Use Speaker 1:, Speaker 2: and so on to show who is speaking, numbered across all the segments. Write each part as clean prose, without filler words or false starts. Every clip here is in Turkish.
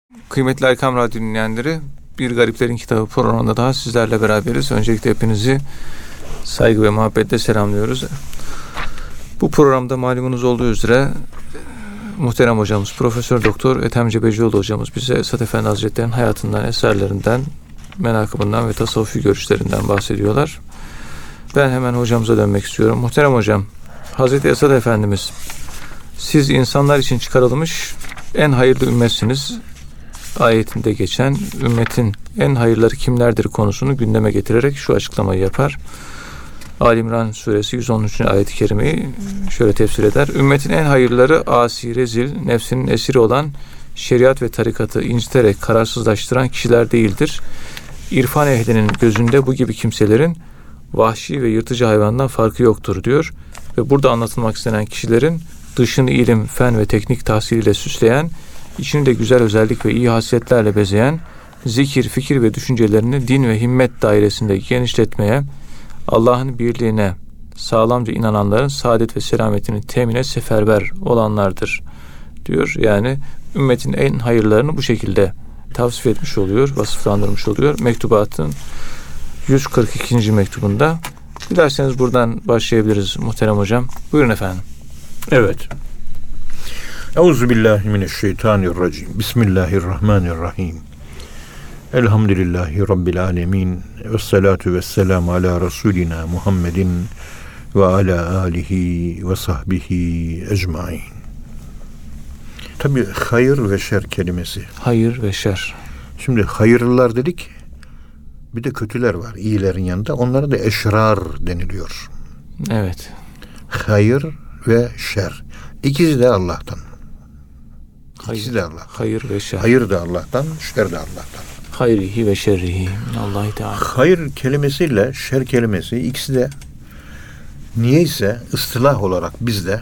Speaker 1: Kıymetli Erkam Radyo dinleyenleri, Bir Gariplerin Kitabı programında daha sizlerle beraberiz. Öncelikle hepinizi saygı ve muhabbetle selamlıyoruz. Bu programda malumunuz olduğu üzere muhterem hocamız Profesör Doktor Ethem Cebecioğlu hocamız bize Esad Efendi Hazretleri'nin hayatından, eserlerinden, menakıbından ve tasavvufi görüşlerinden bahsediyorlar. Ben hemen hocamıza dönmek istiyorum. Muhterem hocam, Hazreti Esad Efendimiz, siz insanlar için çıkarılmış en hayırlı ümmetsiniz ayetinde geçen ümmetin en hayırları kimlerdir konusunu gündeme getirerek şu açıklamayı yapar. Ali İmran suresi 113. ayet-i kerimeyi şöyle tefsir eder. Ümmetin en hayırları asi, rezil, nefsinin esiri olan, şeriat ve tarikatı inciterek kararsızlaştıran kişiler değildir. İrfan ehlinin gözünde bu gibi kimselerin vahşi ve yırtıcı hayvandan farkı yoktur diyor. Ve burada anlatılmak istenen kişilerin dışını ilim, fen ve teknik tahsiliyle süsleyen, İçini de güzel özellik ve iyi hasletlerle bezeyen, zikir, fikir ve düşüncelerini din ve himmet dairesinde genişletmeye, Allah'ın birliğine sağlamca inananların saadet ve selametini temine seferber olanlardır diyor. Yani ümmetin en hayırlarını bu şekilde tavsif etmiş oluyor, vasıflandırmış oluyor. Mektubatın 142. mektubunda. Dilerseniz buradan başlayabiliriz muhterem hocam. Buyurun efendim.
Speaker 2: Evet. Euzubillahimineşşeytanirracim. Bismillahirrahmanirrahim. Elhamdülillahi Rabbil alemin. Vessalatu vesselamu ala Resulina Muhammedin ve ala alihi ve sahbihi ecmain. Tabi hayır ve şer kelimesi.
Speaker 1: Hayır ve şer.
Speaker 2: Şimdi hayırlılar dedik. Bir de kötüler var iyilerin yanında. Onlara da eşrar deniliyor.
Speaker 1: Evet.
Speaker 2: Hayır ve şer. İkisi de Allah'tan. İkisi de Allah'tan.
Speaker 1: Hayır ve şer.
Speaker 2: Hayır da Allah'tan, şer de Allah'tan.
Speaker 1: Hayrihi ve şerrihi Allahi Teala.
Speaker 2: Hayır kelimesiyle şer kelimesi ikisi de niyeyse ıstılah olarak bizde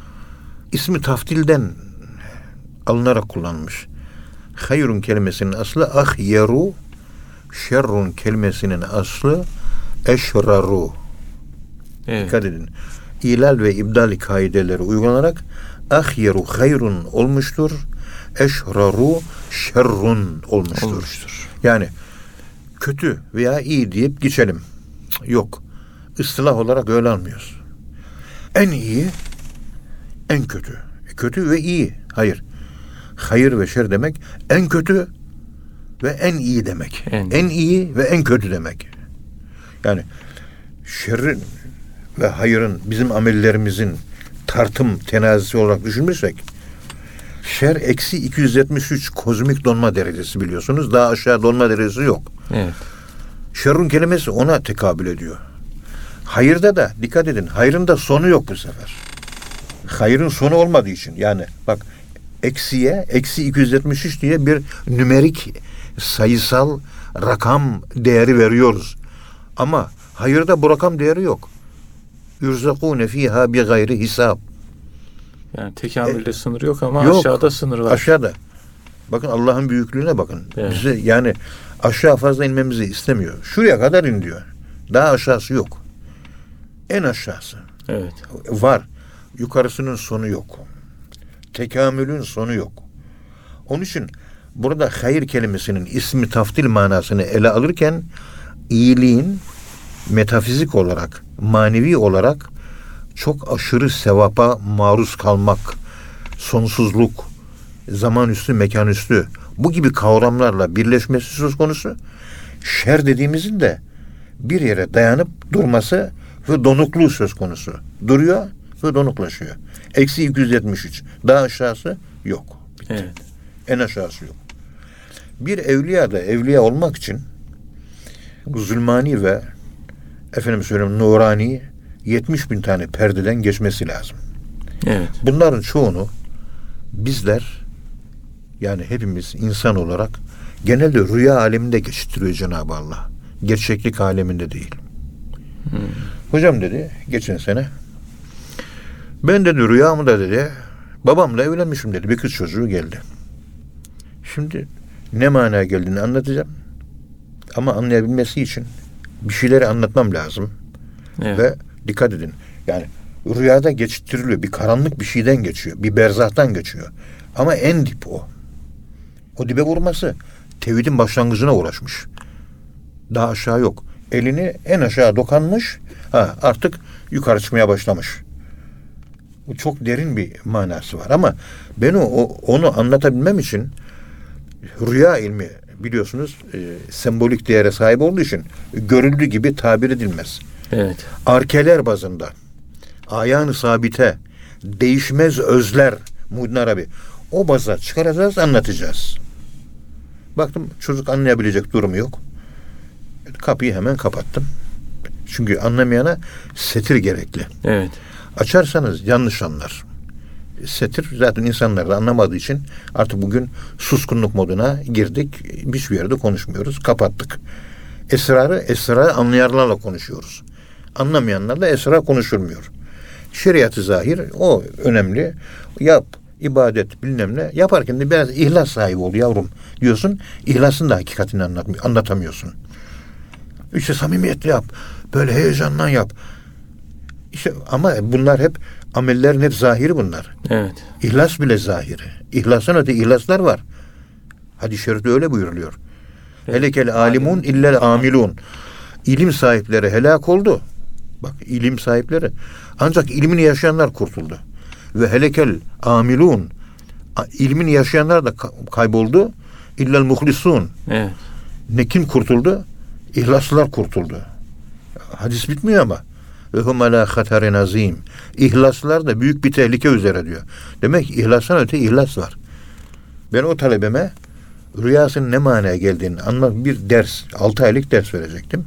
Speaker 2: ismi taftilden alınarak kullanılmış. Hayrun kelimesinin aslı ahyeru, şerrun kelimesinin aslı eşraru.
Speaker 1: Evet.
Speaker 2: Dikkat edin. İlal ve ibdal kaideleri uygulanarak ahyeru hayrun olmuştur. Eşraru şerrun olmuştur. Yani kötü veya iyi deyip geçelim. Yok. İstilah olarak öyle almıyoruz. En iyi, en kötü. Kötü ve iyi. Hayır. Hayır ve şer demek en kötü ve en iyi demek. En iyi ve en kötü demek. Yani şerrin ve hayırın bizim amellerimizin tartım tenazisi olarak düşünürsek şer eksi 273 kozmik donma derecesi biliyorsunuz. Daha aşağı donma derecesi yok.
Speaker 1: Evet.
Speaker 2: Şerrun kelimesi ona tekabül ediyor. Hayırda da dikkat edin. Hayrın da sonu yok bu sefer. Hayrın sonu olmadığı için. Yani bak eksiye eksi 273 diye bir nümerik sayısal rakam değeri veriyoruz. Ama hayırda bu rakam değeri yok. Yurzakune fiha bi gayri hisab.
Speaker 1: Yani tekamülde sınır yok ama
Speaker 2: yok,
Speaker 1: aşağıda sınır var.
Speaker 2: Aşağıda. Bakın Allah'ın büyüklüğüne bakın.
Speaker 1: Evet.
Speaker 2: Bize yani aşağı fazla inmemizi istemiyor. Şuraya kadar in diyor. Daha aşağısı yok. En aşağısı.
Speaker 1: Evet.
Speaker 2: Var. Yukarısının sonu yok. Tekamülün sonu yok. Onun için burada hayır kelimesinin ismi taftil manasını ele alırken iyiliğin metafizik olarak, manevi olarak çok aşırı sevapa maruz kalmak, sonsuzluk, zaman üstü, mekan üstü bu gibi kavramlarla birleşmesi söz konusu. Şer dediğimizin de bir yere dayanıp durması ve donukluğu söz konusu. Duruyor ve donuklaşıyor. Eksi 273. Daha aşağısı yok. Bitti.
Speaker 1: Evet.
Speaker 2: En aşağısı yok. Bir evliya da evliya olmak için zulmani ve nurani 70.000 tane perdeden geçmesi lazım.
Speaker 1: Evet.
Speaker 2: Bunların çoğunu bizler yani hepimiz insan olarak genelde rüya aleminde geçiriyor Cenab-ı Allah. Gerçeklik aleminde değil. Hocam dedi geçen sene ben dedi rüyamda dedi babamla evlenmişim dedi. Bir kız çocuğu geldi. Şimdi ne manaya geldiğini anlatacağım. Ama anlayabilmesi için bir şeyleri anlatmam lazım.
Speaker 1: Evet.
Speaker 2: Ve dikkat edin. Yani rüyada geçiriliyor. Bir karanlık bir şeyden geçiyor. Bir berzahtan geçiyor. Ama en dip o. O dibe vurması tevhidin başlangıcına ulaşmış. Daha aşağı yok. Elini en aşağı dokanmış. Artık yukarı çıkmaya başlamış. Bu çok derin bir manası var ama ben onu anlatabilmem için rüya ilmi biliyorsunuz sembolik değere sahip olduğu için görüldüğü gibi tabir edilmez.
Speaker 1: Evet.
Speaker 2: Arkeler bazında ayağını sabite değişmez özler Muhyiddin Arabi o baza çıkaracağız, anlatacağız. Baktım çocuk anlayabilecek durumu yok. Kapıyı hemen kapattım. Çünkü anlamayana setir gerekli.
Speaker 1: Evet.
Speaker 2: Açarsanız yanlış anlar. Setir zaten insanlar da anlamadığı için artık bugün suskunluk moduna girdik. Hiçbir yerde konuşmuyoruz. Kapattık. Esrarı anlayanlarla konuşuyoruz. Anlamayanlarla esrar konuşulmuyor. Şeriat-ı zahir o önemli. Yap, ibadet bilmem ne. Yaparken de biraz ihlas sahibi ol yavrum diyorsun. İhlasın da hakikatini anlatamıyorsun. İşte samimiyetle yap. Böyle heyecanla yap. İşte ama bunlar hep amellerin hep zahiri bunlar.
Speaker 1: Evet.
Speaker 2: İhlas bile zahiri. İhlasın öte ihlaslar var. Hadis-i şerifte öyle buyuruluyor. Evet. Helekel alimun illel amilun. İlim sahipleri helak oldu. Bak ilim sahipleri. Ancak ilmini yaşayanlar kurtuldu. Ve helekel amilun. İlmini yaşayanlar da kayboldu. İllel muhlisun.
Speaker 1: Evet.
Speaker 2: Ne kim kurtuldu? İhlaslılar kurtuldu. Hadis bitmiyor ama. Ve hum ala hatarin azim. İhlaslılar da büyük bir tehlike üzere diyor. Demek ki ihlastan öte ihlas var. Ben o talebeme rüyasının ne manaya geldiğini anlat bir ders, 6 aylık ders verecektim.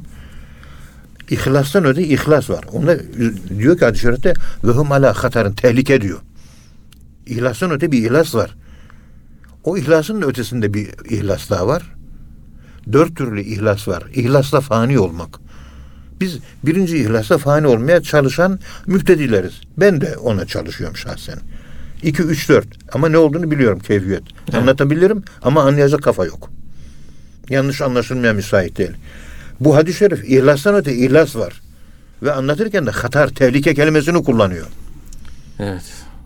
Speaker 2: İhlastan öte ihlas var. Onda diyor ki hadis-i şerifte ve hum ala hatarin tehlike diyor. İhlastan öte bir ihlas var. O ihlasın da ötesinde bir ihlas daha var. 4 türlü ihlas var. İhlasla fani olmak. Biz birinci ihlasla fani olmaya çalışan müptedileriz. Ben de ona çalışıyorum şahsen. 2, 3, 4. Ama ne olduğunu biliyorum keyfiyet. Evet. Anlatabilirim ama anlayacak kafa yok. Yanlış anlaşılmaya müsait değil. Bu hadis-i şerif ihlastan öte ihlas var. Ve anlatırken de hatar, tehlike kelimesini kullanıyor.
Speaker 1: Evet.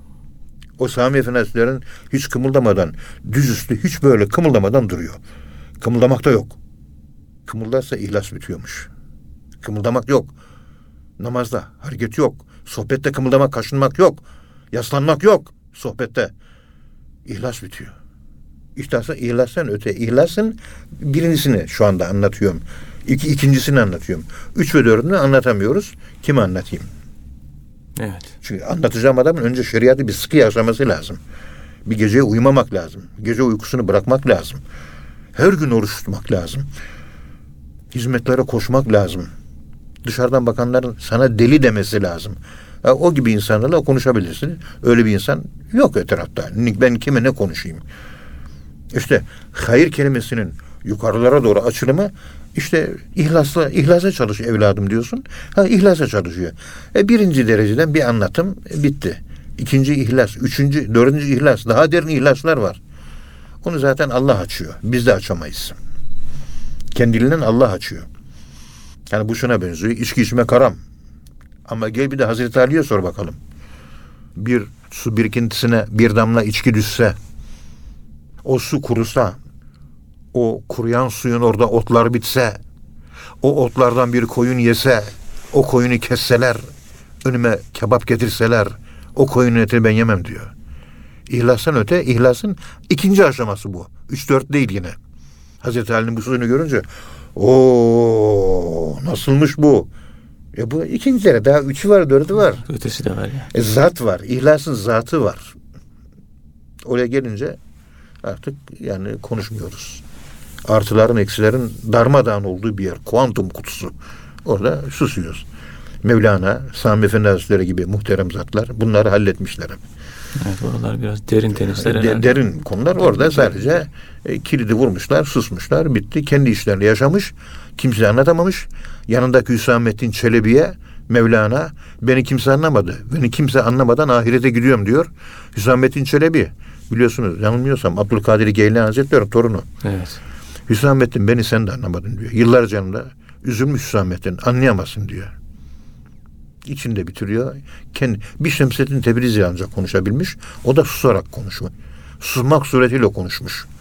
Speaker 2: O Sami Efendilerin hiç kımıldamadan, düzüstü hiç böyle kımıldamadan duruyor. Kımıldamak da yok. Kımıldarsa ihlas bitiyormuş. Kımıldamak yok. Namazda hareket yok. Sohbette kımıldamak, kaşınmak yok. Yaslanmak yok sohbette. İhlas bitiyor. İşte ihlastan öte ihlasın birincisini şu anda anlatıyorum. İkincisini anlatıyorum. 3 ve 4'ünü anlatamıyoruz. Kime anlatayım?
Speaker 1: Evet.
Speaker 2: Çünkü anlatacağım adamın önce şeriatı bir sıkı yaşaması lazım. Bir geceye uyumamak lazım. Gece uykusunu bırakmak lazım. Her gün oruç tutmak lazım. Hizmetlere koşmak lazım. Dışarıdan bakanların sana deli demesi lazım. O gibi insanlarla konuşabilirsin. Öyle bir insan yok etrafta. Ben kime ne konuşayım? İşte hayır kelimesinin yukarılara doğru açılımı işte ihlasa çalış evladım diyorsun. İhlasa çalışıyor. Birinci dereceden bir anlatım bitti. 2. ihlas, 3. 4. ihlas. Daha derin ihlaslar var. Onu zaten Allah açıyor. Biz de açamayız. Kendiliğinden Allah açıyor. Yani bu şuna benziyor. İçki içmek haram. Ama gel bir de Hazreti Ali'ye sor bakalım. Bir su birikintisine bir damla içki düşse, o su kurusa, o kuruyan suyun orada otlar bitse, o otlardan bir koyun yese, o koyunu kesseler, önüme kebap getirseler, o koyunun etini ben yemem diyor. İhlastan öte, ihlasın 2. aşaması bu. 3-4 değil yine. Hazreti Ali'nin bu sözünü görünce nasılmış bu? Bu 2. derece, daha 3'ü var, 4'ü var.
Speaker 1: Ötesi de var ya.
Speaker 2: Zat var. İhlasın zatı var. Oraya gelince artık yani konuşmuyoruz. Artıların, eksilerin darmadağın olduğu bir yer. Kuantum kutusu. Orada susuyoruz. Mevlana, Sami Efendi Hazretleri gibi muhterem zatlar bunları halletmişler.
Speaker 1: Evet, oralar biraz derin tenisler.
Speaker 2: Derin konular. Orada sadece kilidi vurmuşlar, susmuşlar, bitti. Kendi işlerini yaşamış. Kimse anlatamamış. Yanındaki Hüsamettin Çelebi'ye Mevlana beni kimse anlamadı. Beni kimse anlamadan ahirete gidiyorum diyor. Hüsamettin Çelebi biliyorsunuz yanılmıyorsam Abdülkadir Geylani Hazretleri torunu.
Speaker 1: Evet.
Speaker 2: Hüsamettin beni sen de anlamadın diyor. Yıllarca yanımda üzülmüş Hüsamettin anlayamazsın diyor. İçinde bitiriyor. Bir Şemsettin Tebrizi ancak konuşabilmiş. O da susarak konuşuyor. Susmak suretiyle konuşmuş.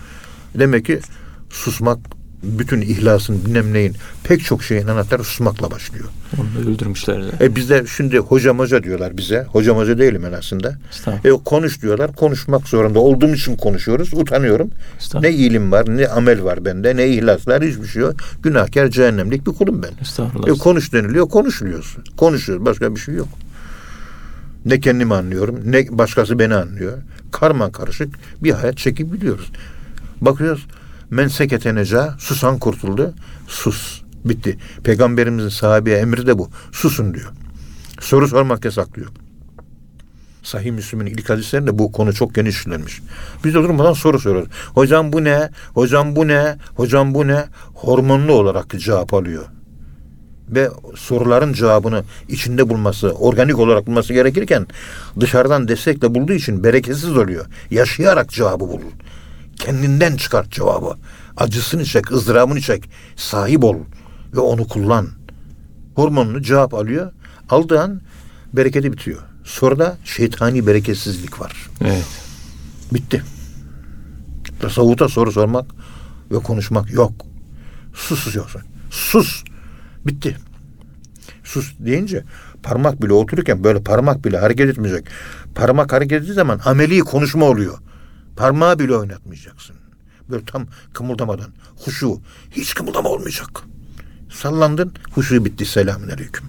Speaker 2: Demek ki susmak bütün ihlasın bilmem neyin pek çok şeyin anahtarı susmakla başlıyor.
Speaker 1: Onu da öldürmüşler de.
Speaker 2: Bizde şimdi hocam diyorlar bize. Hocam değilim ben aslında. Konuş diyorlar. Konuşmak zorunda olduğum için konuşuyoruz. Utanıyorum. Ne ilim var, ne amel var bende, ne ihlaslar, hiçbir şey yok. Günahkar, cehennemlik bir kulum ben. Konuş deniliyor, konuşuyoruz. Konuşuyoruz. Başka bir şey yok. Ne kendimi anlıyorum, ne başkası beni anlıyor. Karman karışık bir hayat çekip gidiyoruz. Bakıyoruz. Men sekete neca, susan kurtuldu. Sus. Bitti. Peygamberimizin sahabeye emri de bu. Susun diyor. Soru sormak yasaklıyor. Sahih Müslim'in ilk hadislerinde bu konu çok geniş işlenmiş. Biz de durmadan soru soruyoruz. Hocam bu ne? Hocam bu ne? Hocam bu ne? Hormonlu olarak cevap alıyor. Ve soruların cevabını içinde bulması, organik olarak bulması gerekirken dışarıdan destekle bulduğu için bereketsiz oluyor. Yaşayarak cevabı bulur. Kendinden çıkart cevabı. Acısını çek, ızdırabını çek. Sahip ol ve onu kullan. Hormonlu cevap alıyor. Aldığı an bereketi bitiyor. Sonra da şeytani bereketsizlik var.
Speaker 1: Evet.
Speaker 2: Bitti. Tasavvufta soru sormak ve konuşmak yok. Susuyorsun. Sus. Bitti. Sus deyince parmak bile otururken böyle parmak bile hareket etmeyecek. Parmak hareket ettiği zaman ameli konuşma oluyor. Parmağı bile oynatmayacaksın. Böyle tam kımıldamadan. Huşu. Hiç kımıldama olmayacak. Sallandın. Huşu bitti. Selamünaleyküm.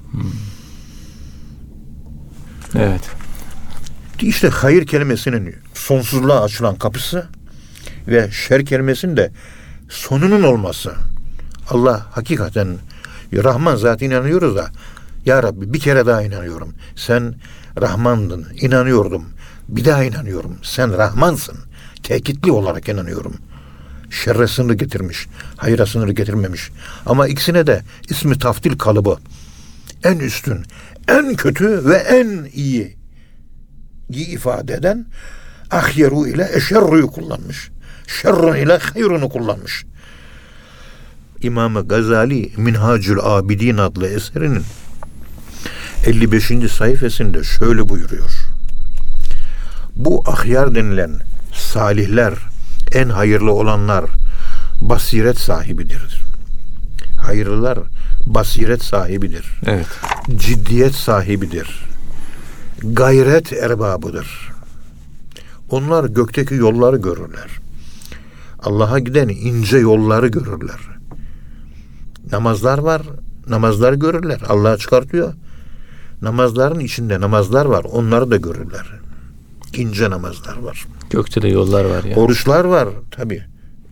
Speaker 1: Evet.
Speaker 2: İşte hayır kelimesinin sonsuzluğa açılan kapısı ve şer kelimesinin de sonunun olması. Allah hakikaten Rahman zaten inanıyoruz da Ya Rabbi bir kere daha inanıyorum. Sen Rahmandın. İnanıyordum. Bir daha inanıyorum. Sen Rahmansın. Tekitli olarak inanıyorum. Şerre sınırı getirmiş. Hayra sınırı getirmemiş. Ama ikisine de ismi taftil kalıbı. En üstün, en kötü ve en iyi ifade eden ahyeru ile eşerruyu kullanmış. Şerrun ile hayrunu kullanmış. İmam-ı Gazali Minhacül Abidin adlı eserinin 55. sayfasında şöyle buyuruyor. Bu ahyar denilen salihler, en hayırlı olanlar basiret sahibidir. Hayırlılar basiret sahibidir.
Speaker 1: Evet.
Speaker 2: Ciddiyet sahibidir. Gayret erbabıdır. Onlar gökteki yolları görürler. Allah'a giden ince yolları görürler. Namazlar var, namazları görürler. Allah çıkartıyor. Namazların içinde namazlar var, onları da görürler. İnce namazlar var.
Speaker 1: Gökte de yollar var ya.
Speaker 2: Oruçlar var tabii.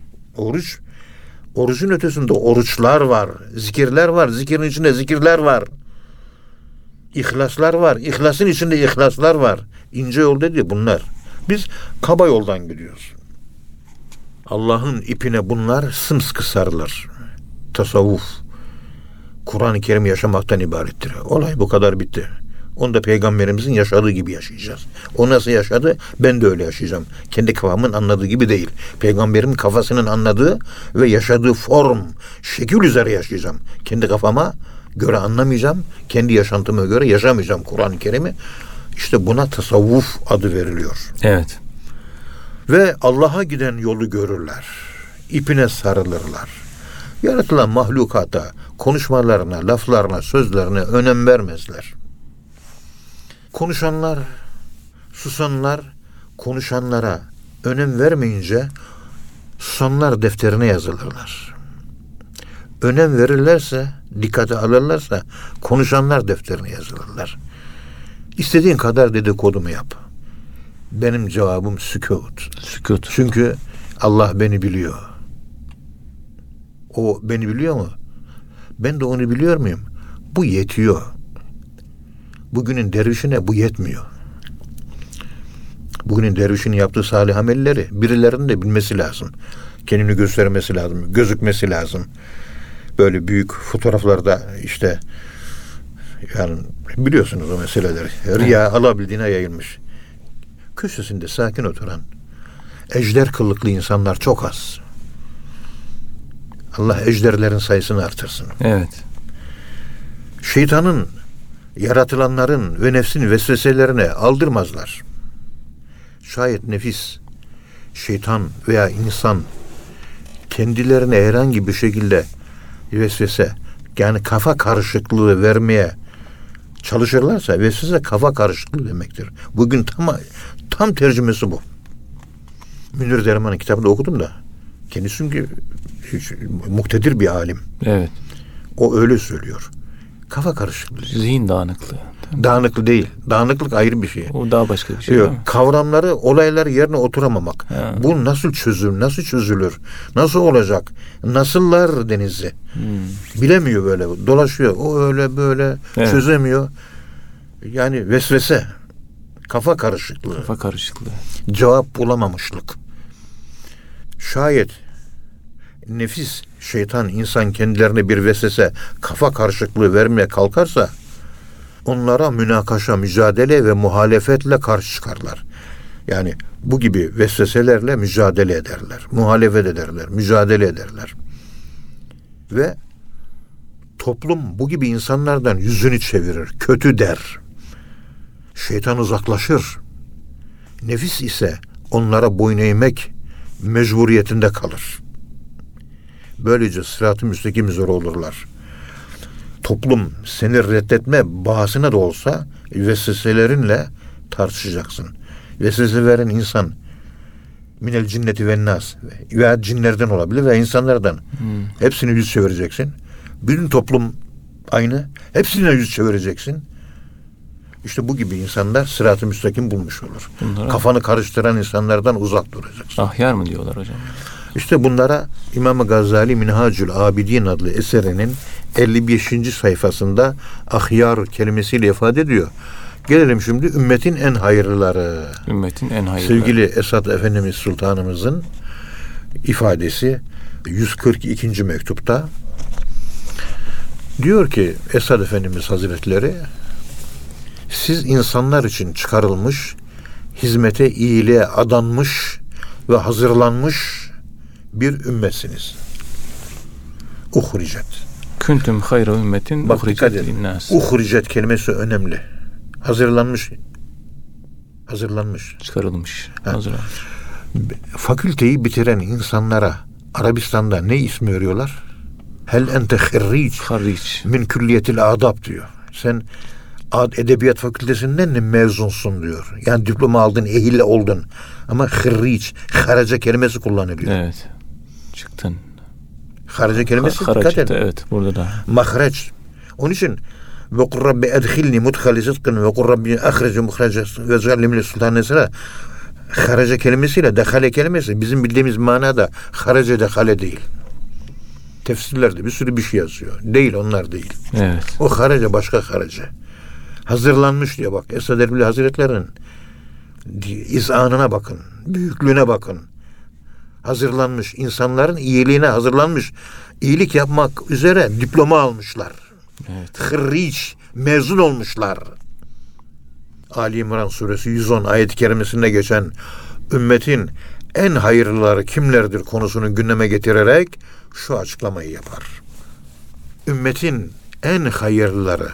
Speaker 2: Orucun ötesinde oruçlar var. Zikirler var. Zikirin içinde zikirler var. İhlaslar var. İhlasın içinde ihlaslar var. İnce yol dedi bunlar. Biz kaba yoldan gidiyoruz. Allah'ın ipine bunlar sımsıkı sarılır. Tasavvuf, Kur'an-ı Kerim yaşamaktan ibarettir. Olay bu kadar bitti. Onu da Peygamberimizin yaşadığı gibi yaşayacağız. O nasıl yaşadı? Ben de öyle yaşayacağım. Kendi kafamın anladığı gibi değil. Peygamberimin kafasının anladığı ve yaşadığı form, şekil üzere yaşayacağım. Kendi kafama göre anlamayacağım. Kendi yaşantıma göre yaşamayacağım Kur'an-ı Kerim'i. İşte buna tasavvuf adı veriliyor.
Speaker 1: Evet.
Speaker 2: Ve Allah'a giden yolu görürler. İpine sarılırlar. Yaratılan mahlukata, konuşmalarına, laflarına, sözlerine önem vermezler. Konuşanlar, susanlar, konuşanlara önem vermeyince susanlar defterine yazılırlar. Önem verirlerse, dikkate alırlarsa konuşanlar defterine yazılırlar. İstediğin kadar dedikodumu yap. Benim cevabım sükût.
Speaker 1: Sükût.
Speaker 2: Çünkü Allah beni biliyor. O beni biliyor mu? Ben de onu biliyor muyum? Bu yetiyor. Bugünün dervişine bu yetmiyor. Bugünün dervişinin yaptığı salih amelleri birilerinin de bilmesi lazım. Kendini göstermesi lazım. Gözükmesi lazım. Böyle büyük fotoğraflarda işte yani biliyorsunuz o meseleleri. Riya alabildiğine yayılmış. Köşesinde sakin oturan ejder kıllıklı insanlar çok az. Allah ejderlerin sayısını artırsın.
Speaker 1: Evet.
Speaker 2: Şeytanın, yaratılanların ve nefsin vesveselerine aldırmazlar. Şayet nefis, şeytan veya insan kendilerine herhangi bir şekilde vesvese, yani kafa karışıklığı vermeye çalışırlarsa vesvese kafa karışıklığı demektir. Bugün tam tercümesi bu. Münir Derman'ın kitabında okudum da. Kendisi çünkü muktedir bir alim.
Speaker 1: Evet.
Speaker 2: O öyle söylüyor. Kafa karışıklığı.
Speaker 1: Zihin dağınıklığı.
Speaker 2: Dağınıklık değil. Dağınıklık ayrı bir şey.
Speaker 1: O daha başka bir şey.
Speaker 2: Yok. Kavramları, olayları yerine oturamamak.
Speaker 1: Ha.
Speaker 2: Bu nasıl çözülür? Nasıl çözülür? Nasıl olacak? Nasıllar denizi? Bilemiyor böyle. Dolaşıyor. O öyle böyle çözemiyor. Yani vesvese. Kafa karışıklığı.
Speaker 1: Kafa karışıklığı.
Speaker 2: Cevap bulamamışlık. Şayet nefis, şeytan, insan kendilerine bir vesvese, kafa karışıklığı vermeye kalkarsa onlara münakaşa, mücadele ve muhalefetle karşı çıkarlar. Yani bu gibi vesveselerle mücadele ederler. Muhalefet ederler, mücadele ederler. Ve toplum bu gibi insanlardan yüzünü çevirir, kötü der. Şeytan uzaklaşır. Nefis ise onlara boyun eğmek mecburiyetinde kalır. Böylece sırat-ı müstakim üzere olurlar. Toplum seni reddetme bahasına da olsa vesveselerinle tartışacaksın. Vesvese veren insan minel cinneti ve nas veya cinlerden olabilir veya insanlardan. Hepsini yüz çevireceksin. Bütün toplum aynı. Hepsine yüz çevireceksin. İşte bu gibi insanlar sırat-ı müstakim bulmuş olur. Kafanı karıştıran insanlardan uzak duracaksın.
Speaker 1: Ahyar mı diyorlar hocam?
Speaker 2: İşte bunlara İmam Gazali Minhacül Abidin adlı eserinin 55. sayfasında ahyar kelimesiyle ifade ediyor. Gelelim şimdi ümmetin en hayırlıları.
Speaker 1: Ümmetin en hayırlıları.
Speaker 2: Sevgili Esad Efendimiz Sultanımızın ifadesi 142. mektupta diyor ki Esad Efendimiz Hazretleri, siz insanlar için çıkarılmış, hizmete, iyiliğe adanmış ve hazırlanmış bir ümmetsiniz. Uhricet.
Speaker 1: Kuntum hayra ümmetin
Speaker 2: uhricet
Speaker 1: linnas.
Speaker 2: Uhricet kelimesi önemli. Hazırlanmış.
Speaker 1: Çıkarılmış. Hazırlanmış.
Speaker 2: Fakülteyi bitiren insanlara Arabistan'da ne ismi veriyorlar? Hel ente harric min külliyetil adab diyor. Sen edebiyat fakültesinden de mezunsun diyor. Yani diploma aldın, ehil oldun. Ama harric, haraca kelimesi kullanılıyor.
Speaker 1: Evet. Çıktın.
Speaker 2: Haraca kelimesi dikkat edin.
Speaker 1: Evet, burada da.
Speaker 2: Mahreç. Onun için ve kur rabbi edhilni mudhali sıdkın ve kur rabbi ahrece muhrece ve zallimli sultan nesine haraca kelimesiyle dehale kelimesi bizim bildiğimiz manada haraca dehale değil. Tefsirlerde bir sürü bir şey yazıyor. Değil, onlar değil.
Speaker 1: Evet.
Speaker 2: O haraca başka haraca. Hazırlanmış diyor bak. Esad Erbil Hazretleri'nin izanına bakın. Büyüklüğüne bakın. Hazırlanmış. İnsanların iyiliğine hazırlanmış. İyilik yapmak üzere diploma almışlar.
Speaker 1: Evet.
Speaker 2: Hırriç. Mezun olmuşlar. Ali İmran suresi 110 ayet-i kerimesinde geçen ümmetin en hayırlıları kimlerdir konusunu gündeme getirerek şu açıklamayı yapar. Ümmetin en hayırlıları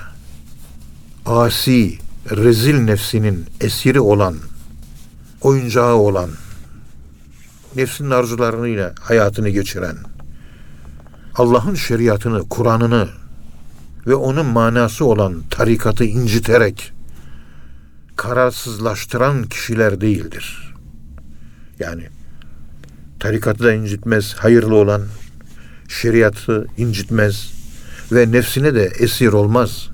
Speaker 2: asi, rezil nefsinin esiri olan, oyuncağı olan, nefsinin arzularıyla hayatını geçiren, Allah'ın şeriatını, Kur'an'ını ve onun manası olan tarikatı inciterek kararsızlaştıran kişiler değildir. Yani tarikatı da incitmez, hayırlı olan, şeriatı incitmez ve nefsine de esir olmaz.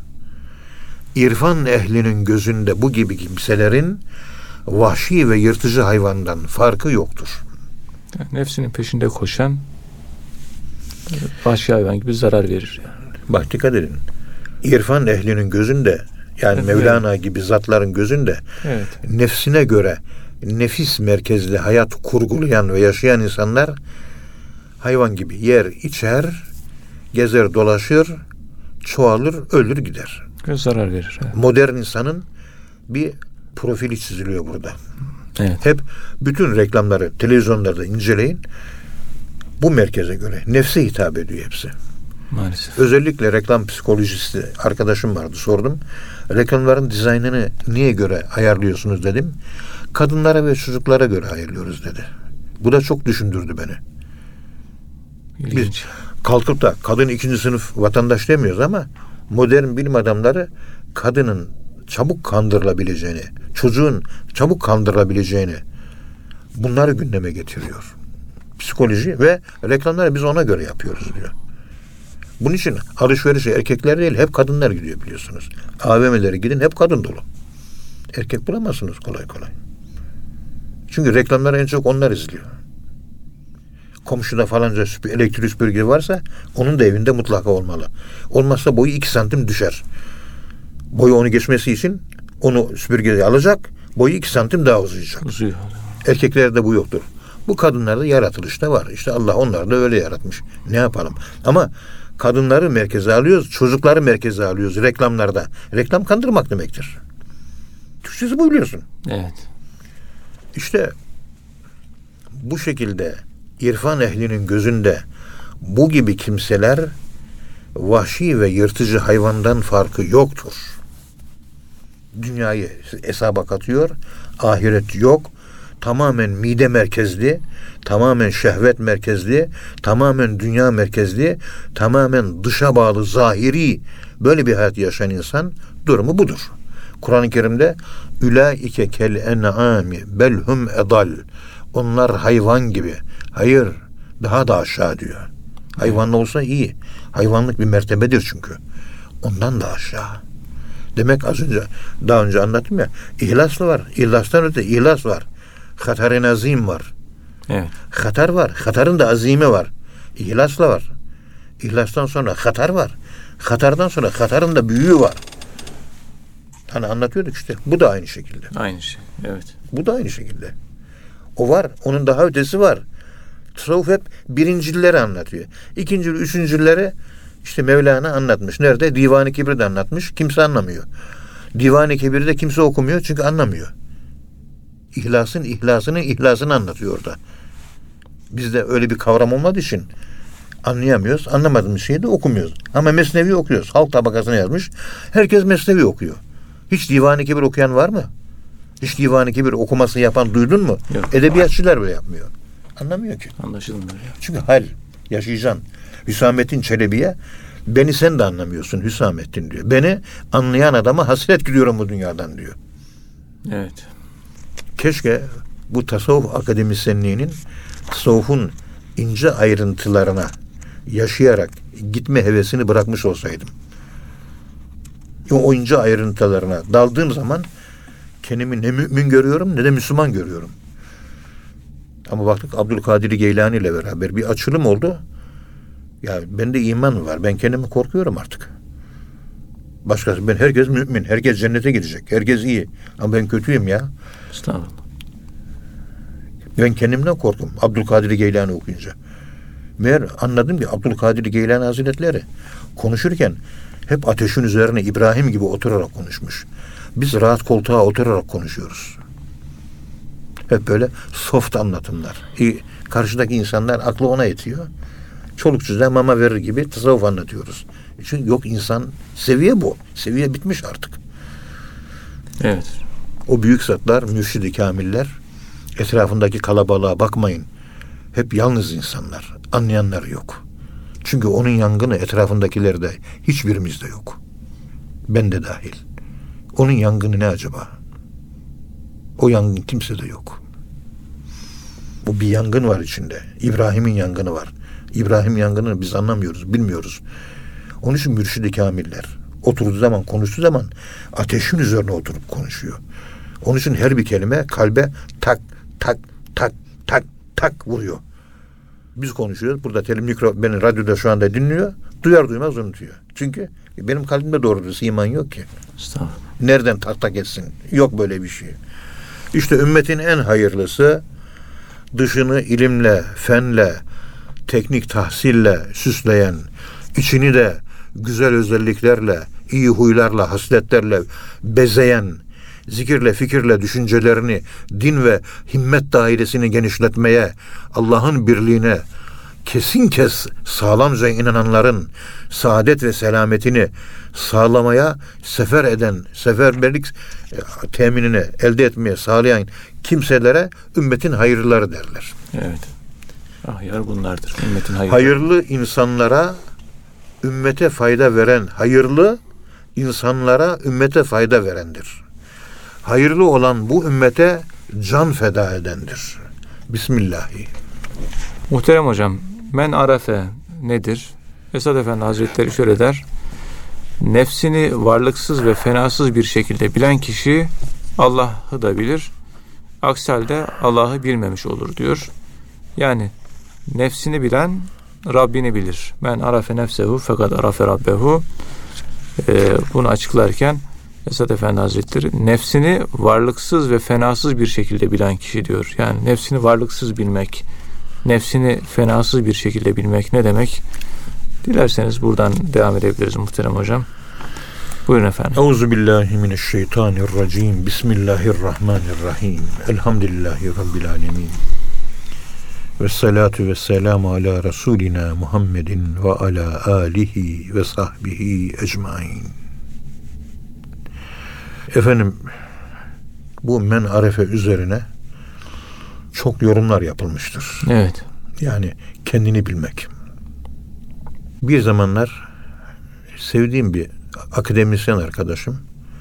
Speaker 2: İrfan ehlinin gözünde bu gibi kimselerin vahşi ve yırtıcı hayvandan farkı yoktur.
Speaker 1: Nefsinin peşinde koşan vahşi hayvan gibi zarar verir. Yani.
Speaker 2: Bak dikkat edin. İrfan ehlinin gözünde, yani evet, Mevlana gibi zatların gözünde evet, nefsine göre nefis merkezli hayat kurgulayan ve yaşayan insanlar hayvan gibi yer, içer, gezer, dolaşır, çoğalır, ölür gider.
Speaker 1: Zarar verir. Evet.
Speaker 2: Modern insanın bir profili çiziliyor burada.
Speaker 1: Evet.
Speaker 2: Hep bütün reklamları televizyonlarda inceleyin. Bu merkeze göre nefse hitap ediyor hepsi.
Speaker 1: Maalesef.
Speaker 2: Özellikle reklam psikolojisti arkadaşım vardı, sordum. Reklamların dizaynını niye göre ayarlıyorsunuz dedim. Kadınlara ve çocuklara göre ayarlıyoruz dedi. Bu da çok düşündürdü beni.
Speaker 1: İlginç.
Speaker 2: Biz kalkıp da kadın ikinci sınıf vatandaş demiyoruz ama modern bilim adamları kadının çabuk kandırılabileceğini, çocuğun çabuk kandırılabileceğini bunları gündeme getiriyor. Psikoloji ve reklamları biz ona göre yapıyoruz diyor. Bunun için alışverişe erkekler değil hep kadınlar gidiyor biliyorsunuz. AVM'lere gidin hep kadın dolu. Erkek bulamazsınız kolay kolay. Çünkü reklamları en çok onlar izliyor. Komşuda falanca elektrik süpürge varsa onun da evinde mutlaka olmalı. Olmazsa boyu 2 santim düşer. Boyu onu geçmesi için onu süpürgeyi alacak, boyu 2 santim daha uzayacak.
Speaker 1: Uzuyor.
Speaker 2: Erkeklerde bu yoktur. Bu kadınlarda yaratılışta var. İşte Allah onları da öyle yaratmış. Ne yapalım? Ama kadınları merkeze alıyoruz, çocukları merkeze alıyoruz reklamlarda. Reklam kandırmak demektir. Türkçesi bu biliyorsun.
Speaker 1: Evet.
Speaker 2: İşte bu şekilde irfan ehlinin gözünde bu gibi kimseler vahşi ve yırtıcı hayvandan farkı yoktur. Dünyayı hesaba katıyor, ahiret yok. Tamamen mide merkezli, tamamen şehvet merkezli, tamamen dünya merkezli, tamamen dışa bağlı, zahiri böyle bir hayat yaşayan insan durumu budur. Kur'an-ı Kerim'de ülaike kel en'ami belhum edal. Onlar hayvan gibi. Hayır, daha da aşağı diyor. Hayvanlı olsa iyi. Hayvanlık bir mertebedir çünkü. Ondan da aşağı. Demek daha önce anlattım ya. İhlas var. İhlastan öte ihlas var. Hatar-ı azim var.
Speaker 1: Evet.
Speaker 2: Hatar var. Hatarın da azimi var. İhlasla var. İhlastan sonra hatar var. Hatardan sonra hatarın da büyüğü var. Hani anlatıyorduk işte. Bu da aynı şekilde.
Speaker 1: Aynı şey. Evet.
Speaker 2: Bu da aynı şekilde. O var. Onun daha ötesi var. Tasavvuf hep birincileri anlatıyor. İkinci, üçüncüleri işte Mevlana anlatmış. Nerede? Divan-ı Kibir'de anlatmış. Kimse anlamıyor. Divan-ı Kibir'de kimse okumuyor çünkü anlamıyor. İhlasını anlatıyor orada. Bizde öyle bir kavram olmadığı için anlayamıyoruz. Anlamadığımız şeyi de okumuyoruz. Ama Mesnevi okuyoruz. Halk tabakasına yazmış. Herkes Mesnevi okuyor. Hiç Divan-ı Kibir okuyan var mı? Hiç Divan-ı Kibir okuması yapan duydun mu?
Speaker 1: Yok.
Speaker 2: Edebiyatçılar bile yapmıyor. Anlamıyor ki.
Speaker 1: Anlaşılmıyor.
Speaker 2: Çünkü hal yaşayacaksın. Hüsamettin Çelebi'ye beni sen de anlamıyorsun Hüsamettin diyor. Beni anlayan adama hasret gidiyorum bu dünyadan diyor.
Speaker 1: Evet.
Speaker 2: Keşke bu tasavvuf akademisyenliğinin tasavvufun ince ayrıntılarına yaşayarak gitme hevesini bırakmış olsaydım. O ince ayrıntılarına daldığım zaman kendimi ne mümin görüyorum ne de Müslüman görüyorum. Ama baktık Abdülkadir Geylani ile beraber bir açılım oldu. Ya bende iman var. Ben kendimi korkuyorum artık. Başkası herkes mümin. Herkes cennete gidecek. Herkes iyi. Ama ben kötüyüm ya.
Speaker 1: Estağfurullah.
Speaker 2: Ben kendimden korktum. Abdülkadir Geylani okuyunca. Meğer anladım ki Abdülkadir Geylani Hazretleri konuşurken hep ateşin üzerine İbrahim gibi oturarak konuşmuş. Biz rahat koltuğa oturarak konuşuyoruz. Hep böyle soft anlatımlar. Karşıdaki insanlar aklı ona yetiyor. Çoluk çocuğa mama verir gibi tasavvuf anlatıyoruz. Çünkü yok insan seviye bu. Seviye bitmiş artık.
Speaker 1: Evet.
Speaker 2: O büyük zatlar, mürşid-i kamiller etrafındaki kalabalığa bakmayın. Hep yalnız insanlar. Anlayanlar yok. Çünkü onun yangını etrafındakilerde hiçbirimizde yok. Ben de dahil. Onun yangını ne acaba? O yangın kimsede yok. Bu bir yangın var içinde. İbrahim'in yangını var. İbrahim yangını biz anlamıyoruz, bilmiyoruz. Onun için mürşid-i kamiller oturduğu zaman, konuştuğu zaman ateşin üzerine oturup konuşuyor. Onun için her bir kelime kalbe tak tak tak tak tak vuruyor. Biz konuşuyoruz. Burada beni radyoda şu anda dinliyor. Duyar duymaz unutuyor. Çünkü benim kalbimde doğru dürüst iman yok ki.
Speaker 1: Estağfurullah.
Speaker 2: Nereden tak tak etsin? Yok böyle bir şey. İşte ümmetin en hayırlısı dışını ilimle, fenle, teknik tahsille süsleyen, içini de güzel özelliklerle, iyi huylarla, hasletlerle bezeyen, zikirle, fikirle düşüncelerini din ve himmet dairesini genişletmeye, Allah'ın birliğine kesin sağlamca inananların saadet ve selametini sağlamaya seferberlik teminini elde etmeye sağlayan kimselere ümmetin hayırlıları derler.
Speaker 1: Evet. Ahyar bunlardır. Ümmetin hayırlı.
Speaker 2: Hayırlı insanlara ümmete fayda veren, hayırlı insanlara ümmete fayda verendir. Hayırlı olan bu ümmete can feda edendir. Bismillahi.
Speaker 1: Muhterem hocam, men arefe nedir? Esad Efendi Hazretleri şöyle der. Nefsini varlıksız ve fenasız bir şekilde bilen kişi Allah'ı da bilir. Aksi halde Allah'ı bilmemiş olur diyor. Yani nefsini bilen Rabbini bilir. Men arafe nefsehu fakat arafe rabbehu. Bunu açıklarken Esad Efendi Hazretleri nefsini varlıksız ve fenasız bir şekilde bilen kişi diyor. Yani nefsini varlıksız bilmek, nefsini fenasız bir şekilde bilmek ne demek? Dilerseniz buradan devam edebiliriz muhterem hocam. Buyurun efendim.
Speaker 2: Euzubillahimineşşeytanirracim. Bismillahirrahmanirrahim. Elhamdülillahi Rabbil alemin. Vessalatu vesselamu ala Resulina Muhammedin ve ala alihi ve sahbihi ecmain. Efendim, bu men arefe üzerine çok yorumlar yapılmıştır.
Speaker 1: Evet.
Speaker 2: Yani kendini bilmek. Bir zamanlar sevdiğim bir akademisyen arkadaşım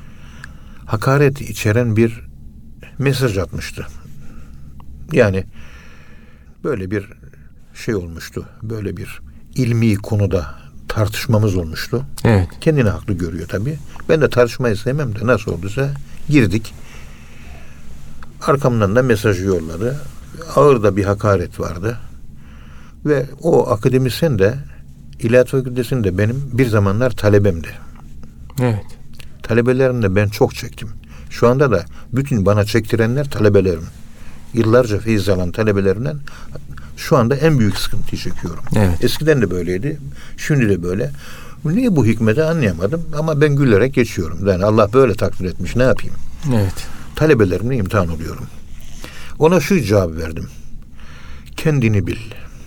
Speaker 2: hakaret içeren bir mesaj atmıştı. Yani böyle bir şey olmuştu. Böyle bir ilmi konuda tartışmamız olmuştu.
Speaker 1: Evet.
Speaker 2: Kendini haklı görüyor tabii. Ben de tartışmayı sevmem de nasıl olduysa girdik. Arkamdan da mesajı yolladı. Ağır da bir hakaret vardı. Ve o akademisyen de İlahiyat Fakültesi'nde benim bir zamanlar talebemdi.
Speaker 1: Evet.
Speaker 2: Talebelerimle ben çok çektim. Şu anda da bütün bana çektirenler talebelerim. Yıllarca feyiz alan talebelerimden şu anda en büyük sıkıntıyı çekiyorum.
Speaker 1: Evet.
Speaker 2: Eskiden de böyleydi. Şimdi de böyle. Niye bu hikmeti anlayamadım ama ben gülerek geçiyorum. Yani Allah böyle takdir etmiş, ne yapayım?
Speaker 1: Evet.
Speaker 2: Talebelerimle imtihan oluyorum. Ona şu cevabı verdim. Kendini bil.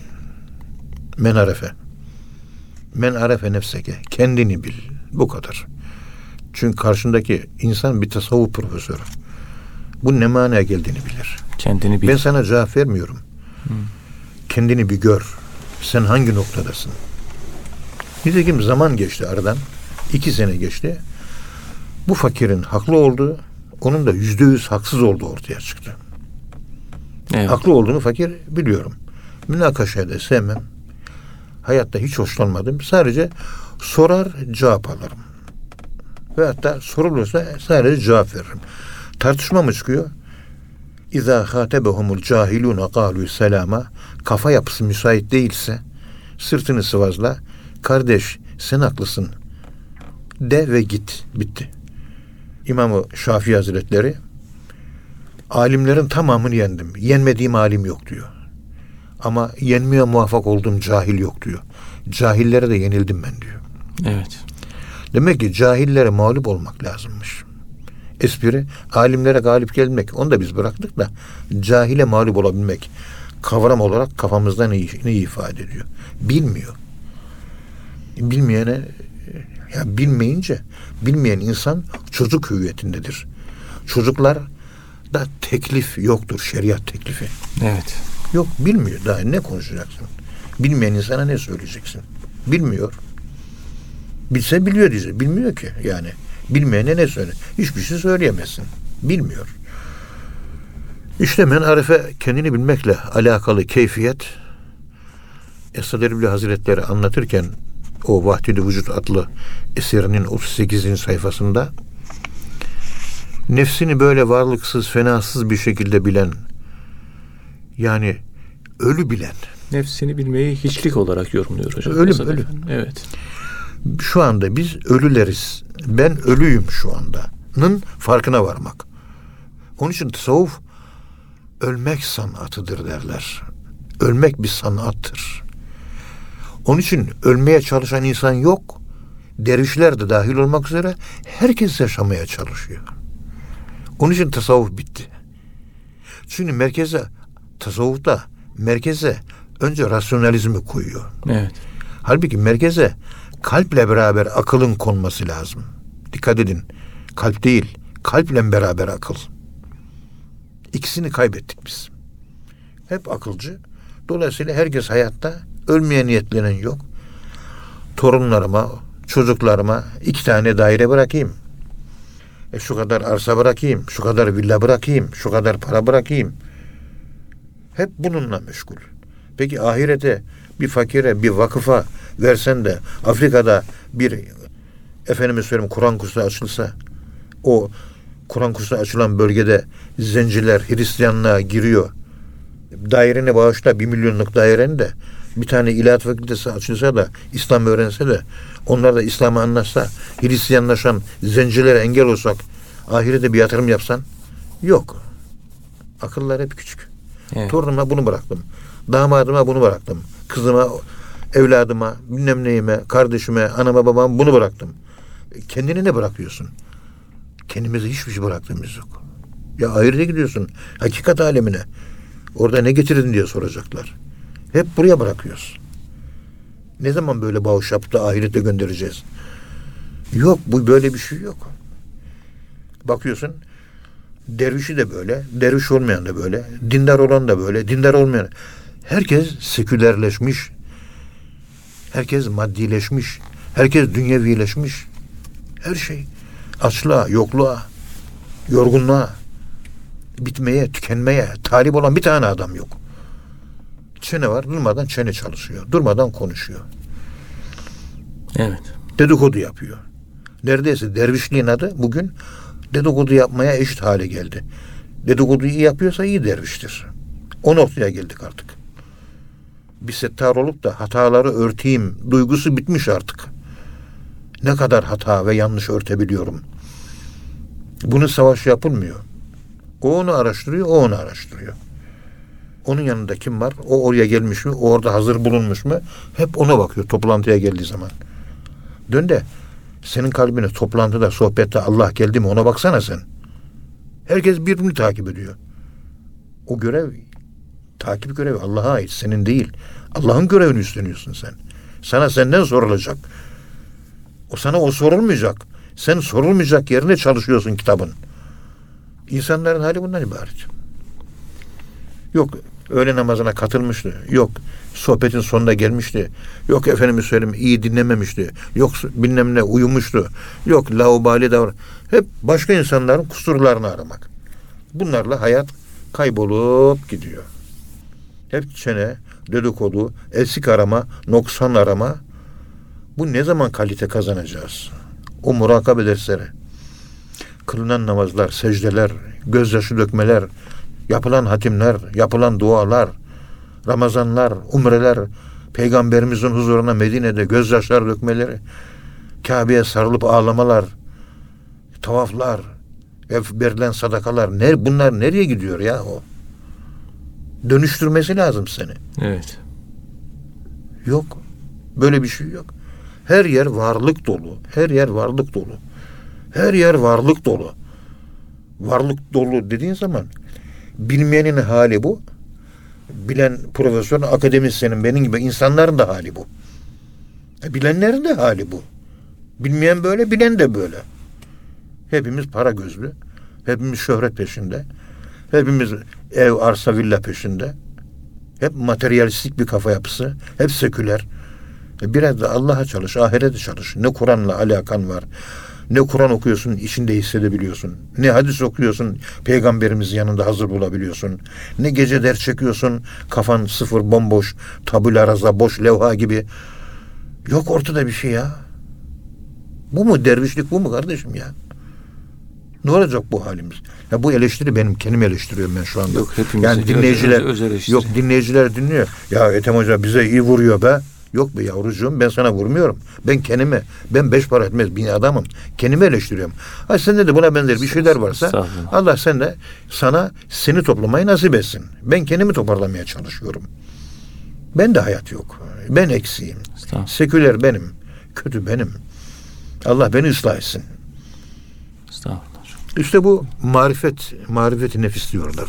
Speaker 2: Men arefe. Men arefe nefseke. Kendini bil. Bu kadar. Çünkü karşındaki insan bir tasavvuf profesörü. Bu ne manaya geldiğini bilir.
Speaker 1: Kendini bil.
Speaker 2: Ben sana cevap vermiyorum. Kendini bir gör. Sen hangi noktadasın? Nitekim zaman geçti aradan. 2 sene geçti. Bu fakirin haklı olduğu, onun da %100 haksız olduğu ortaya çıktı.
Speaker 1: Evet.
Speaker 2: Haklı olduğunu fakir biliyorum. Münakaşayı da sevmem. Hayatta hiç hoşlanmadım. Sadece sorar, cevap alırım. Ve hatta sorulursa sadece cevap veririm. Tartışma mı çıkıyor? İzâ hâtebehumul cahilûne kâlû selâma. Kafa yapısı müsait değilse sırtını sıvazla. Kardeş sen haklısın de ve git. Bitti. İmam-ı Şafii Hazretleri alimlerin tamamını yendim. Yenmediğim alim yok diyor. Ama yenmeye muvaffak olduğum cahil yok diyor. Cahillere de yenildim ben diyor.
Speaker 1: Evet.
Speaker 2: Demek ki cahillere mağlup olmak lazımmış. Espri alimlere galip gelmek. Onu da biz bıraktık da cahile mağlup olabilmek kavram olarak kafamızda ne ifade ediyor? Bilmiyor. Bilmeyene ya bilmeyince bilmeyen insan çocuk hüviyetindedir. Çocuklar da teklif yoktur. Şeriat teklifi.
Speaker 1: Evet.
Speaker 2: Yok, bilmiyor. Daha ne konuşacaksın? Bilmeyen insana ne söyleyeceksin? Bilmiyor. Bilse biliyor diyecek. Bilmiyor ki yani. Bilmeyene ne söyle? Hiçbir şey söyleyemezsin. Bilmiyor. İşte men arefe kendini bilmekle alakalı keyfiyet Esad Erbil Hazretleri anlatırken o Vahdid-i Vücut adlı eserinin 38. sayfasında nefsini böyle varlıksız, fenasız bir şekilde bilen, yani ölü bilen.
Speaker 1: Nefsini bilmeyi hiçlik olarak yorumluyor hocam.
Speaker 2: Ölüm.
Speaker 1: Evet.
Speaker 2: Şu anda biz ölüleriz. Ben ölüyüm şu anda'nın farkına varmak. Onun için tasavvuf ölmek sanatıdır derler. Ölmek bir sanattır. Onun için ölmeye çalışan insan yok. Dervişler de dahil olmak üzere herkes yaşamaya çalışıyor. Onun için tasavvuf bitti. Çünkü tasavvufta merkeze önce rasyonalizmi koyuyor.
Speaker 1: Evet.
Speaker 2: Halbuki merkeze kalple beraber akılın konması lazım. Dikkat edin. Kalp değil, kalple beraber akıl. İkisini kaybettik biz. Hep akılcı. Dolayısıyla herkes hayatta, ölmeye niyetlenen yok. Torunlarıma, çocuklarıma 2 tane daire bırakayım. Şu kadar arsa bırakayım, şu kadar villa bırakayım, şu kadar para bırakayım. Hep bununla meşgul. Peki ahirete bir fakire, bir vakıfa versen de Afrika'da bir efendime söyleyeyim Kur'an kursu açılsa, o Kur'an kursu açılan bölgede zenciler Hristiyanlığa giriyor. Daireni bağışla, 1 milyonluk daireni de bir tane ilahiyat fakültesi açılsa da İslam öğrense de onlar da İslam'ı anlaşsa, Hristiyanlaşan zencilere engel olsak, ahirete bir yatırım yapsan yok. Akıllar hep küçük.
Speaker 1: Evet.
Speaker 2: Torunuma bunu bıraktım. Damadıma bunu bıraktım. Kızıma, evladıma, bilmem neyime, kardeşime, anama, babama bunu bıraktım. Kendini ne bırakıyorsun? Kendimize hiçbir şey bıraktığımız yok. Ya ahirete gidiyorsun. Hakikat alemine. Orada ne getirdin diye soracaklar. Hep buraya bırakıyoruz. Ne zaman böyle bağış yapıp da ahirete göndereceğiz? Yok, bu böyle bir şey yok. Bakıyorsun, dervişi de böyle, derviş olmayan da böyle, dindar olan da böyle, dindar olmayan. Herkes sekülerleşmiş. Herkes maddileşmiş. Herkes dünyevileşmiş. Her şey. Açlığa, yokluğa, yorgunluğa, bitmeye, tükenmeye talip olan bir tane adam yok. Çene var, durmadan çene çalışıyor. Durmadan konuşuyor.
Speaker 1: Evet.
Speaker 2: Dedikodu yapıyor. Neredeyse dervişliğin adı bugün dedikodu yapmaya eşit hale geldi. Dedikoduyu iyi yapıyorsa iyi derviştir. O noktaya geldik artık. Bir settar olup da hataları örteyim duygusu bitmiş artık. Ne kadar hata ve yanlış örtebiliyorum. Bunun savaşı yapılmıyor. O onu araştırıyor, o onu araştırıyor. Onun yanında kim var? O oraya gelmiş mi? O orada hazır bulunmuş mu? Hep ona bakıyor toplantıya geldiği zaman. Dön de senin kalbine toplantıda, sohbette Allah geldi mi ona baksana sen. Herkes birbirini takip ediyor. O görev, takip görevi Allah'a ait, senin değil. Allah'ın görevini üstleniyorsun sen. Sana senden sorulacak. Sana o sorulmayacak. Sen sorulmayacak yerine çalışıyorsun kitabın. İnsanların hali bundan ibaret. Yok öğle namazına katılmıştı. Yok sohbetin sonunda gelmişti. Yok efendime söyleyeyim iyi dinlememişti. Yok bilmem ne uyumuştu. Yok laubali davran. Hep başka insanların kusurlarını aramak. Bunlarla hayat kaybolup gidiyor. Hep çene, dedikodu, eksik arama, noksan arama. Bu ne zaman kalite kazanacağız? O murakabe dersleri, kılınan namazlar, secdeler, gözyaşı dökmeler, yapılan hatimler, yapılan dualar, Ramazanlar, umreler, Peygamberimizin huzuruna Medine'de gözyaşlar dökmeleri, Kabe'ye sarılıp ağlamalar, tavaflar, verilen sadakalar, bunlar nereye gidiyor ya o? Dönüştürmesi lazım seni.
Speaker 1: Evet.
Speaker 2: Yok. Böyle bir şey yok. Her yer varlık dolu. Her yer varlık dolu. Her yer varlık dolu. Varlık dolu dediğin zaman bilmeyenin hali bu. Bilen profesör, akademisyenin, benim gibi insanların da hali bu. Bilenlerin de hali bu. Bilmeyen böyle, bilen de böyle. Hepimiz para gözlü. Hepimiz şöhret peşinde. Hepimiz ev, arsa, villa peşinde. Hep materyalistik bir kafa yapısı. Hep seküler. Biraz da Allah'a çalış, ahirete çalış. Ne Kur'an'la alakan var. Ne Kur'an okuyorsun, içinde hissedebiliyorsun. Ne hadis okuyorsun, Peygamberimizin yanında hazır bulabiliyorsun. Ne gece ders çekiyorsun, kafan sıfır, bomboş, tabula rasa, boş levha gibi. Yok ortada bir şey ya. Bu mu dervişlik, bu mu kardeşim ya? Ne olacak bu halimiz? Ya bu eleştiri benim, kendimi eleştiriyorum ben şu anda.
Speaker 1: Yok, hepimiz
Speaker 2: yani dinleyiciler,
Speaker 1: eleştiri.
Speaker 2: yok dinleyiciler dinliyor. Ya Ethem Hoca bize iyi vuruyor be. Yok be yavrucuğum, ben sana vurmuyorum. Ben 5 para etmez bir adamım. Kendimi eleştiriyorum. Ha sende de buna benzer bir şeyler varsa Allah seni toplamayı nasip etsin. Ben kendimi toparlamaya çalışıyorum. Ben de hayat yok. Ben eksiğim. Seküler benim. Kötü benim. Allah beni ıslah etsin.
Speaker 1: Estağfurullah.
Speaker 2: İşte bu marifet-i nefis diyorlar.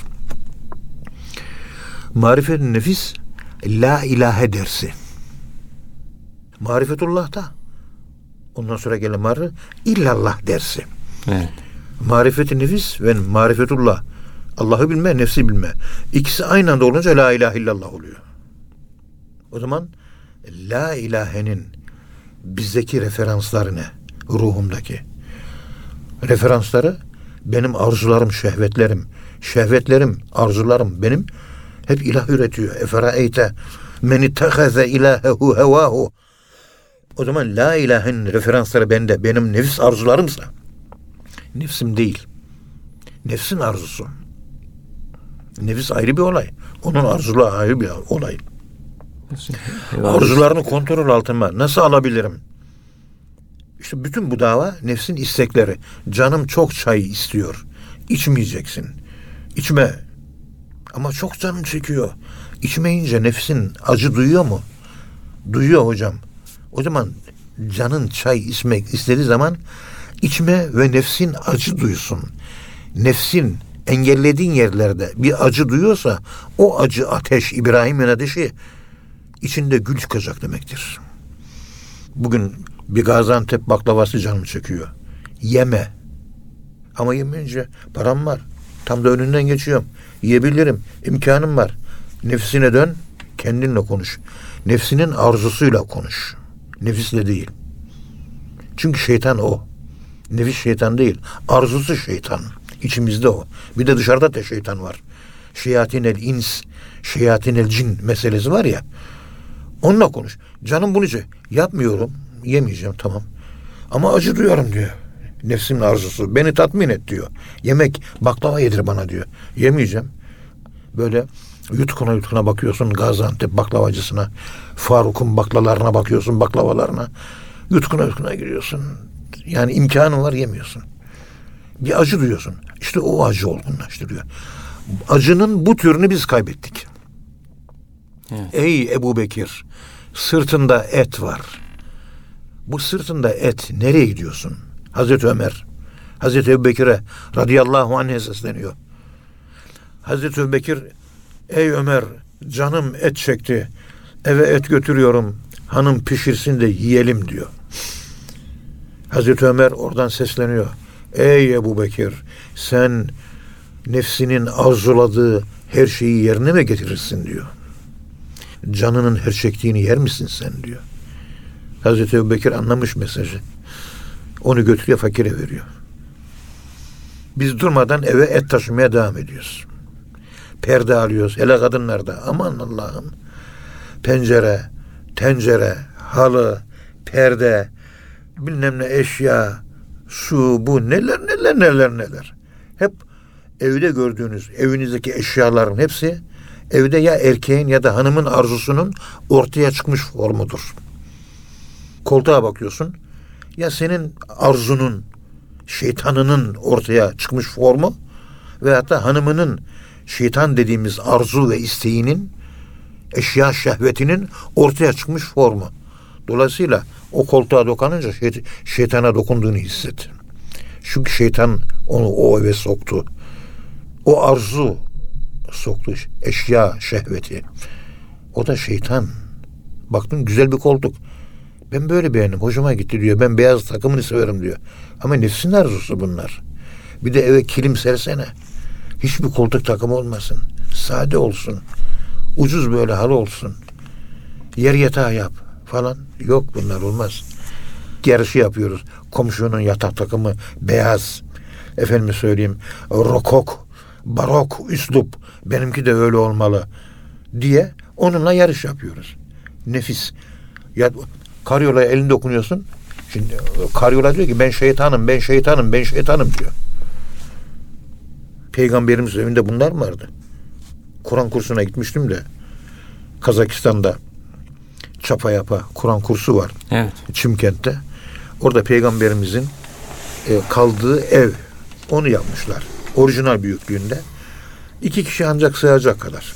Speaker 2: Marifet-i nefis la ilahe dersi. Marifetullah'ta. Ondan sonra gelen marifet illallah dersi.
Speaker 1: Evet.
Speaker 2: Marifet-i nefis ve marifetullah. Allah'ı bilme, nefsi bilme. İkisi aynı anda olunca la ilahe illallah oluyor. O zaman la ilahenin bizdeki referansları ne? Ruhumdaki referansları benim arzularım, şehvetlerim. Şehvetlerim, arzularım benim hep ilah üretiyor. Eferaeyte men ittehaze ilahehu hevahu. O zaman la ilahenin referansları bende, benim nefis arzularımsa, nefsim değil, nefsin arzusu. Nefis ayrı bir olay. Onun arzuları ayrı bir olay. Arzularını kontrol altıma nasıl alabilirim? İşte bütün bu dava nefsin istekleri. Canım çok çay istiyor. İçmeyeceksin. İçme. Ama çok canım çekiyor. İçmeyince nefsin acı duyuyor mu? Duyuyor hocam. O zaman canın çay içmek istediği zaman içme ve nefsin acı duysun. Nefsin engellediğin yerlerde bir acı duyuyorsa o acı ateş, İbrahim'in ateşi içinde gül çıkacak demektir. Bugün bir Gaziantep baklavası canım çekiyor. Yeme. Ama yemeyince param var. Tam da önünden geçiyorum. Yiyebilirim. İmkanım var. Nefsine dön. Kendinle konuş. Nefsinin arzusuyla konuş. Nefisle değil. Çünkü şeytan o. Nefis şeytan değil. Arzusu şeytan. İçimizde o. Bir de dışarıda da şeytan var. Şeyatinel ins, şeyatinel cin meselesi var ya. Onunla konuş. Canım bunu yapmıyorum. Yemeyeceğim, tamam. Ama acı duyuyorum diyor. Nefsimin arzusu. Beni tatmin et diyor. Yemek, baklava yedir bana diyor. Yemeyeceğim. Böyle yutkuna bakıyorsun Gaziantep baklavacısına. Faruk'un baklalarına bakıyorsun, baklavalarına. Yutkuna giriyorsun. Yani imkanın var, yemiyorsun. Bir acı duyuyorsun. İşte o acı olgunlaştırıyor. Acının bu türünü biz kaybettik.
Speaker 1: Evet.
Speaker 2: Ey Ebu Bekir, sırtında et var. Bu sırtında et, nereye gidiyorsun? Hazreti Ömer, Hazreti Ebu Bekir'e radıyallahu anh'e sesleniyor. Hazreti Ebu Bekir, ey Ömer, canım et çekti. Eve et götürüyorum. Hanım pişirsin de yiyelim diyor. Hazreti Ömer oradan sesleniyor. Ey Ebu Bekir, sen nefsinin arzuladığı her şeyi yerine mi getirirsin diyor. Canının her çektiğini yer misin sen diyor. Hazreti Ebu Bekir anlamış mesajı. Onu götürüyor, fakire veriyor. Biz durmadan eve et taşımaya devam ediyoruz. Perde alıyoruz. Hele kadınlarda. Aman Allah'ım. Pencere, tencere, halı, perde, bilmem ne eşya, şu, bu, neler. Hep evde gördüğünüz, evinizdeki eşyaların hepsi evde ya erkeğin ya da hanımın arzusunun ortaya çıkmış formudur. Koltuğa bakıyorsun. Ya senin arzunun, şeytanının ortaya çıkmış formu veyahut da hanımının şeytan dediğimiz arzu ve isteğinin, eşya şehvetinin ortaya çıkmış formu. Dolayısıyla o koltuğa dokununca şeytana dokunduğunu hisset. Çünkü şeytan onu o eve soktu. O arzu soktu. Eşya şehveti. O da şeytan. Baktın güzel bir koltuk. Ben böyle beğendim. Hoşuma gitti diyor. Ben beyaz takımını severim diyor. Ama nefsin arzusu bunlar. Bir de eve kilim sersene. Hiçbir koltuk takımı olmasın. Sade olsun. Ucuz böyle halı olsun. Yer yatağı yap falan. Yok, bunlar olmaz. Yarışı yapıyoruz. Komşunun yatak takımı beyaz. Efendime söyleyeyim rokok, barok, üslup. Benimki de öyle olmalı diye onunla yarış yapıyoruz. Nefis. Ya karyolaya elini dokunuyorsun. Şimdi karyola diyor ki ben şeytanım diyor. Peygamberimiz evinde bunlar mı vardı? Kur'an kursuna gitmiştim de Kazakistan'da çapa yapa Kur'an kursu var.
Speaker 1: Evet.
Speaker 2: Çimkent'te. Orada peygamberimizin kaldığı ev. Onu yapmışlar. Orijinal büyüklüğünde. 2 kişi ancak sığacak kadar.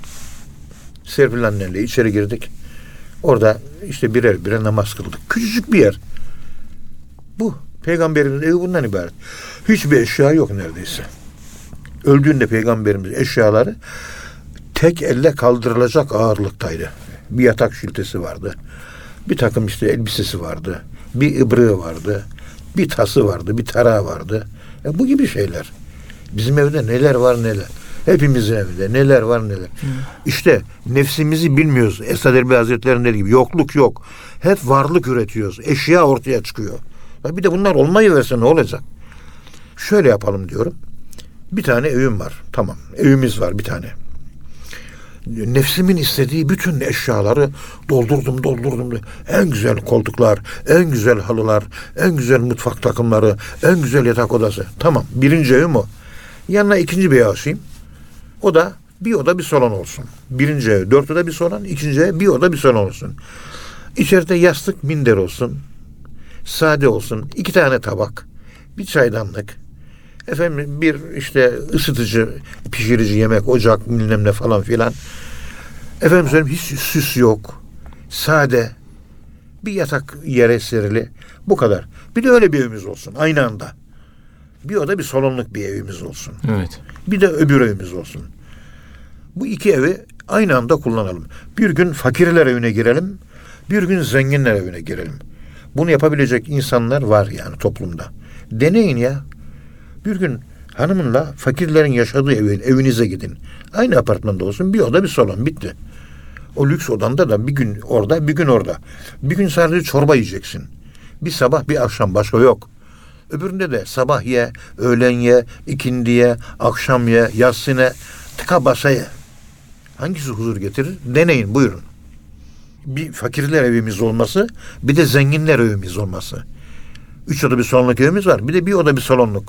Speaker 2: Serpil annenle içeri girdik. Orada işte birer namaz kıldık. Küçücük bir yer. Bu. Peygamberimizin evi bundan ibaret. Hiçbir eşya yok neredeyse. Öldüğünde peygamberimiz eşyaları tek elle kaldırılacak ağırlıktaydı. Bir yatak şiltesi vardı. Bir takım işte elbisesi vardı. Bir ibrığı vardı. Bir tası vardı. Bir tarağı vardı. Bu gibi şeyler. Bizim evde neler var neler. Hepimizin evinde neler var neler. İşte nefsimizi bilmiyoruz. Esad Erbil Hazretleri'nin dediği gibi yokluk yok. Hep varlık üretiyoruz. Eşya ortaya çıkıyor. Ya bir de bunlar olmayı verse ne olacak? Şöyle yapalım diyorum. Bir tane evim var. Tamam. Evimiz var bir tane. Nefsimin istediği bütün eşyaları doldurdum. En güzel koltuklar, en güzel halılar, en güzel mutfak takımları, en güzel yatak odası. Tamam. Birinci evim o. Yanına ikinci bir ev açayım. O da bir oda bir salon olsun. Birinci ev 4 oda bir salon, ikinci ev bir oda bir salon olsun. İçeride yastık minder olsun. Sade olsun. 2 tane tabak. Bir çaydanlık. Efendim bir işte ısıtıcı, pişirici yemek, ocak bilmem ne falan filan. Efendim söyleyeyim hiç süs yok. Sade. Bir yatak yere serili. Bu kadar. Bir de öyle bir evimiz olsun aynı anda. Bir oda bir salonluk bir evimiz olsun.
Speaker 1: Evet.
Speaker 2: Bir de öbür evimiz olsun. Bu 2 evi aynı anda kullanalım. Bir gün fakirler evine girelim. Bir gün zenginler evine girelim. Bunu yapabilecek insanlar var yani toplumda. Deneyin ya. Bir gün hanımınla fakirlerin yaşadığı evinize gidin. Aynı apartmanda olsun bir oda bir salon bitti. O lüks odanda da bir gün orada bir gün orada. Bir gün sadece çorba yiyeceksin. Bir sabah bir akşam başka yok. Öbüründe de sabah ye, öğlen ye, ikindi ye, akşam ye, yatsine, tıka basa ye. Hangisi huzur getirir? Deneyin buyurun. Bir fakirler evimiz olması, bir de zenginler evimiz olması. 3 oda bir salonluk evimiz var. Bir de bir oda bir salonluk.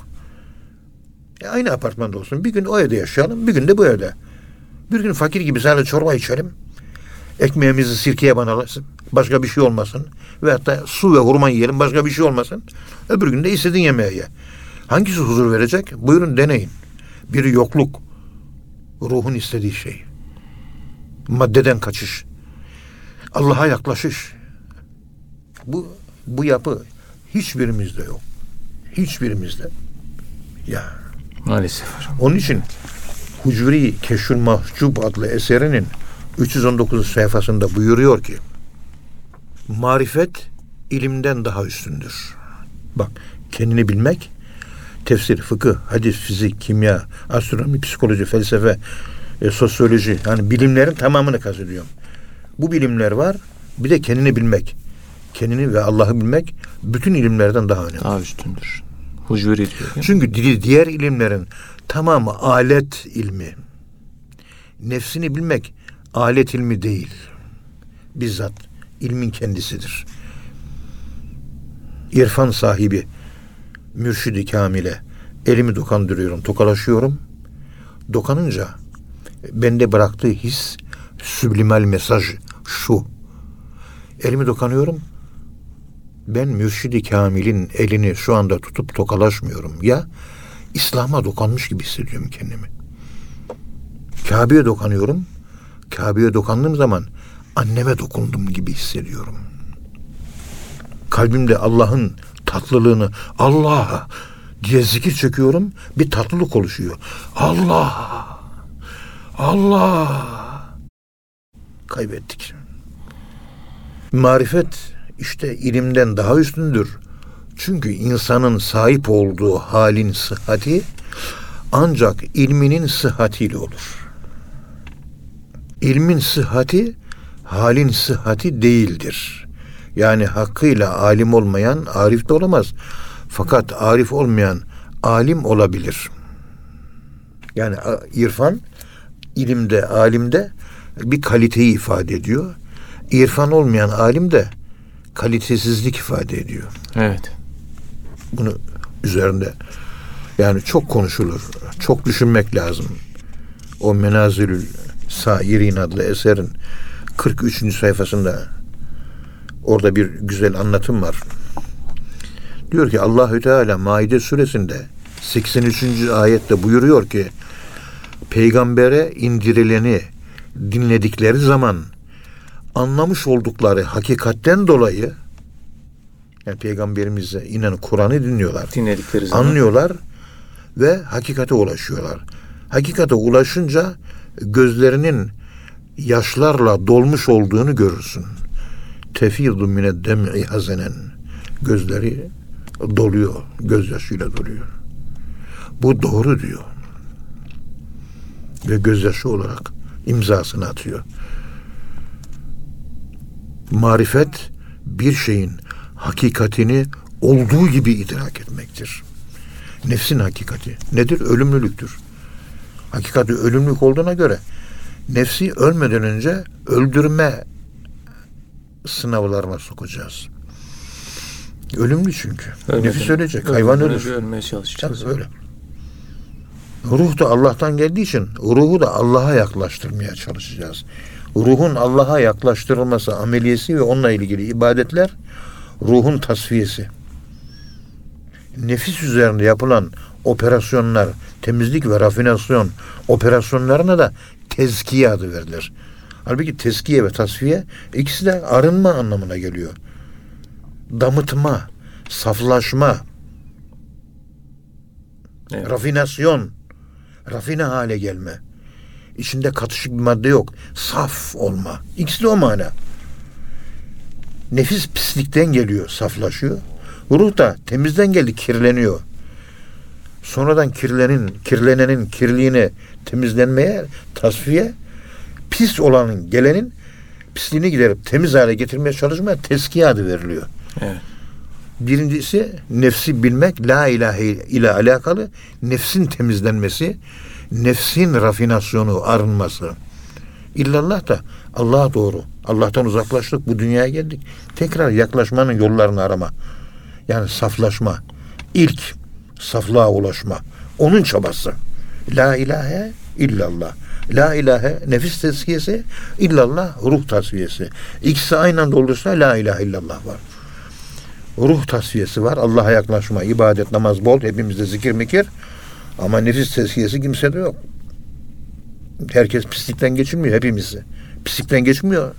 Speaker 2: Aynı apartmanda olsun. Bir gün o evde yaşayalım, bir gün de bu evde. Bir gün fakir gibi sadece çorba içelim. Ekmeğimizi sirkeye banalım. Başka bir şey olmasın. Ve hatta su ve hurma yiyelim. Başka bir şey olmasın. Öbür gün de istediğin yemeği ye. Hangisi huzur verecek? Buyurun deneyin. Biri yokluk. Ruhun istediği şey. Maddeden kaçış. Allah'a yaklaşış. Bu yapı hiçbirimizde yok. Hiçbirimizde. Ya.
Speaker 1: Maalesef hocam.
Speaker 2: Onun için Hucvi Keşfül Mahcub adlı eserinin 319 sayfasında buyuruyor ki marifet ilimden daha üstündür. Bak kendini bilmek tefsir, fıkıh, hadis, fizik, kimya, astronomi, psikoloji, felsefe, sosyoloji yani bilimlerin tamamını kastediyorum. Bu bilimler var. Bir de kendini bilmek. Kendini ve Allah'ı bilmek bütün ilimlerden daha önemli.
Speaker 1: Daha üstündür. Hucveri diyor.
Speaker 2: Çünkü diğer ilimlerin tamamı alet ilmi. Nefsini bilmek alet ilmi değil. Bizzat ilmin kendisidir. İrfan sahibi, mürşidi kamile elimi dokandırıyorum, tokalaşıyorum. Dokanınca bende bıraktığı his, süblimal mesaj şu. Elimi dokanıyorum. Ben mürşidi kamilin elini şu anda tutup tokalaşmıyorum. Ya İslam'a dokanmış gibi hissediyorum kendimi. Kabe'ye dokanıyorum. Kabe'ye dokandığım zaman anneme dokundum gibi hissediyorum. Kalbimde Allah'ın tatlılığını Allah diye zikir çekiyorum. Bir tatlılık oluşuyor. Allah. Kaybettik. Marifet işte ilimden daha üstündür. Çünkü insanın sahip olduğu halin sıhhati ancak ilminin sıhhatiyle olur. İlmin sıhhati halin sıhhati değildir. Yani hakkıyla alim olmayan arif de olamaz. Fakat arif olmayan alim olabilir. Yani irfan ilimde, alimde bir kaliteyi ifade ediyor. İrfan olmayan alim de kalitesizlik ifade ediyor.
Speaker 1: Evet.
Speaker 2: Bunu üzerinde yani çok konuşulur. Çok düşünmek lazım. O Menazilül Sairin adlı eserin 43. sayfasında orada bir güzel anlatım var. Diyor ki Allahü Teala Maide suresinde 83. ayette buyuruyor ki peygambere indirileni dinledikleri zaman anlamış oldukları hakikatten dolayı yani peygamberimize inen Kur'an'ı dinliyorlar.
Speaker 1: Dinledikleri zaman
Speaker 2: anlıyorlar ve hakikate ulaşıyorlar. Hakikate ulaşınca gözlerinin yaşlarla dolmuş olduğunu görürsün. Tefîdu mine dem'i hazenen. Gözleri doluyor. Gözyaşıyla doluyor. Bu doğru diyor. ve gözyaşı olarak imzasını atıyor. Marifet bir şeyin hakikatini olduğu gibi idrak etmektir. Nefsin hakikati nedir? Ölümlülüktür. Hakikati ölümlülük olduğuna göre nefsi ölmeden önce öldürme sınavlarına sokacağız. Ölümlü çünkü. Nefis ölecek. Hayvan ölür.
Speaker 1: Ölmeye çalışacağız.
Speaker 2: Tabii öyle. Ruh da Allah'tan geldiği için ruhu da Allah'a yaklaştırmaya çalışacağız. Ruhun Allah'a yaklaştırılması ameliyesi ve onunla ilgili ibadetler ruhun tasfiyesi. Nefis üzerinde yapılan operasyonlar, temizlik ve rafinasyon operasyonlarına da tezkiye adı verilir. Halbuki tezkiye ve tasfiye ikisi de arınma anlamına geliyor. Damıtma, saflaşma,
Speaker 1: evet.
Speaker 2: Rafinasyon, rafine hale gelme. İçinde katışık bir madde yok. Saf olma. İkisi de o mana. Nefis pislikten geliyor, saflaşıyor. Ruh da temizden geldi, kirleniyor. Sonradan kirlenenin kirliğini temizlenmeye, tasfiye, pis olanın, gelenin pisliğini giderip temiz hale getirmeye çalışmaya tezkiye adı veriliyor.
Speaker 1: Evet.
Speaker 2: Birincisi nefsi bilmek, la ilahe ile alakalı nefsin temizlenmesi, nefsin rafinasyonu, arınması. İllallah da Allah'a doğru. Allah'tan uzaklaştık, bu dünyaya geldik. Tekrar yaklaşmanın yollarını arama. Yani saflaşma. İlk saflığa ulaşma. Onun çabası. La ilahe illallah. La ilahe nefis tezkiyesi, illallah ruh tasfiyesi. İkisi aynı anda olursa la ilahe illallah var. Ruh tasfiyesi var. Allah'a yaklaşma, ibadet, namaz bol. Hepimizde zikir mikir. Ama nefis tezkiyesi kimsede yok. Herkes pislikten geçirmiyor, hepimiz. Pislikten geçmiyor.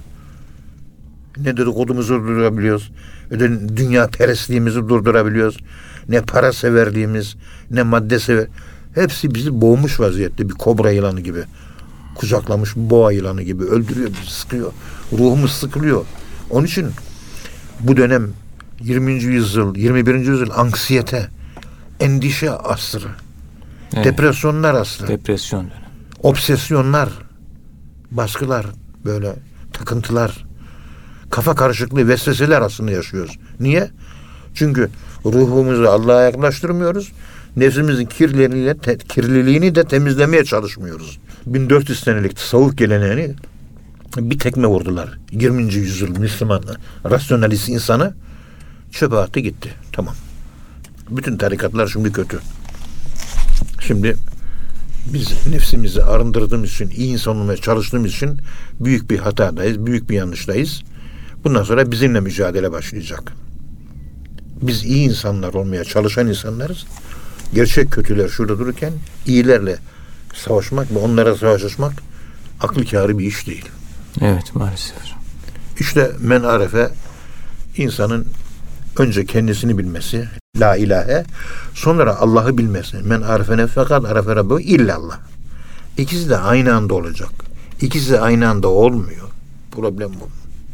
Speaker 2: Ne dedikodumuzu durdurabiliyoruz. Ne dünya perestliğimizi durdurabiliyoruz. Ne para severliğimiz, ne madde sever. Hepsi bizi boğmuş vaziyette, bir kobra yılanı gibi. Kucaklamış boğa yılanı gibi. Öldürüyor bizi, sıkıyor. Ruhumuz sıkılıyor. Onun için bu dönem 20. yüzyıl, 21. yüzyıl anksiyete, endişe asrı.
Speaker 1: Evet.
Speaker 2: Depresyonlar asrı.
Speaker 1: Depresyon dönemi.
Speaker 2: Obsesyonlar, baskılar, böyle takıntılar, kafa karışıklığı, vesveseler aslında yaşıyoruz. Niye? Çünkü ruhumuzu Allah'a yaklaştırmıyoruz. Nefsimizin kirliliğini de temizlemeye çalışmıyoruz. 1400 senelik tasavvuf geleneğini bir tekme vurdular. 20. yüzyıl Müslüman rasyonalist insanı çöpe attı gitti. Tamam. Bütün tarikatlar şimdi kötü. Şimdi biz nefsimizi arındırdığımız için, iyi insan olmaya çalıştığımız için büyük bir hatadayız, büyük bir yanlıştayız. Bundan sonra bizimle mücadele başlayacak. Biz iyi insanlar olmaya çalışan insanlarız. Gerçek kötüler şurada dururken iyilerle savaşmak ve onlara savaşmak aklı kârı bir iş değil.
Speaker 1: Evet, maalesef.
Speaker 2: İşte men arefe, insanın önce kendisini bilmesi, la ilahe, sonra Allah'ı bilmesi. Men arefene fakat arefe rabbu illallah. İkisi de aynı anda olacak. İkisi de aynı anda olmuyor. Problem bu.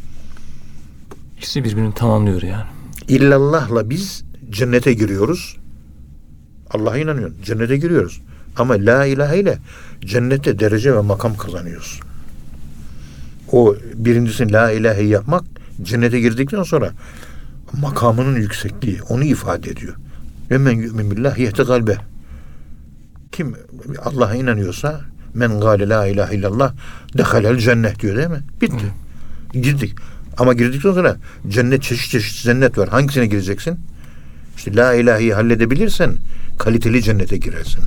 Speaker 1: İkisi birbirini tamamlıyor yani.
Speaker 2: İllallah'la biz cennete giriyoruz. Allah'a inanıyoruz. Cennete giriyoruz. Ama la ilahe ile cennette derece ve makam kazanıyoruz. O birincisi la ilahe yapmak, cennete girdikten sonra makamının yüksekliği onu ifade ediyor. Ve men yu'min billah yehdi kalbe. Kim Allah'a inanıyorsa men gâle la ilahe illallah dehalel cennet diyor değil mi? Bitti. Girdik. Ama girdikten sonra cennet, çeşit cennet var. Hangisine gireceksin? İşte la ilaheyi halledebilirsen kaliteli cennete girersin.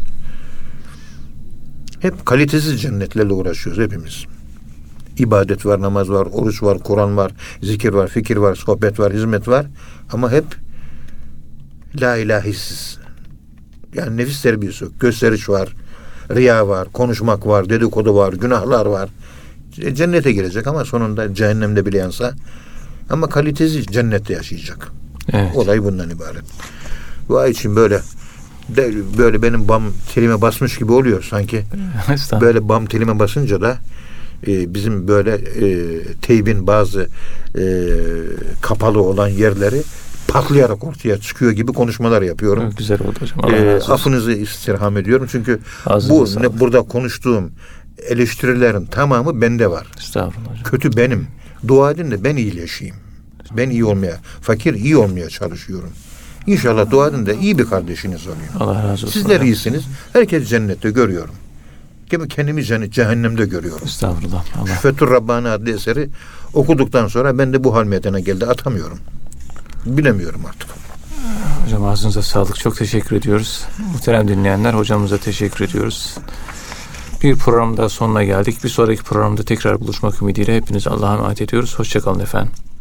Speaker 2: Hep kalitesiz cennetlerle uğraşıyoruz hepimiz. İbadet var, namaz var, oruç var, Kur'an var, zikir var, fikir var, sohbet var, hizmet var. Ama hep la ilahisiz. Yani nefis terbiyesi yok. Gösteriş var, riya var, konuşmak var, dedikodu var, günahlar var. Cennete girecek ama sonunda cehennemde bile yansa ama kalitesiz cennette yaşayacak.
Speaker 1: Evet.
Speaker 2: Olay bundan ibaret. Vay için böyle benim bam telime basmış gibi oluyor sanki. Böyle bam telime basınca da bizim böyle teybin bazı kapalı olan yerleri patlayarak ortaya çıkıyor gibi konuşmalar yapıyorum.
Speaker 1: Güzel oldu hocam. Allah razı olsun.
Speaker 2: Affınızı istirham ediyorum. Çünkü
Speaker 1: Ağzınıza sağlık.
Speaker 2: burada konuştuğum eleştirilerin tamamı bende var.
Speaker 1: Estağfurullah hocam.
Speaker 2: Kötü benim. Dua edin de ben iyileşeyim. Ben iyi olmaya, fakir iyi olmaya çalışıyorum. İnşallah dua edin de iyi bir kardeşiniz oluyor.
Speaker 1: Allah razı olsun.
Speaker 2: Sizler iyisiniz. Herkes cennette görüyorum. Kendimi cehennemde görüyorum.
Speaker 1: Estağfurullah. Allah.
Speaker 2: Fethur Rabbani adlı eseri okuduktan sonra ben de bu hal meydana geldi. Atamıyorum. Bilemiyorum artık.
Speaker 1: Hocam ağzınıza sağlık. Çok teşekkür ediyoruz. Muhterem dinleyenler, hocamıza teşekkür ediyoruz. Bir programda sonuna geldik. Bir sonraki programda tekrar buluşmak ümidiyle hepinize Allah'a emanet ediyoruz. Hoşça kalın efendim.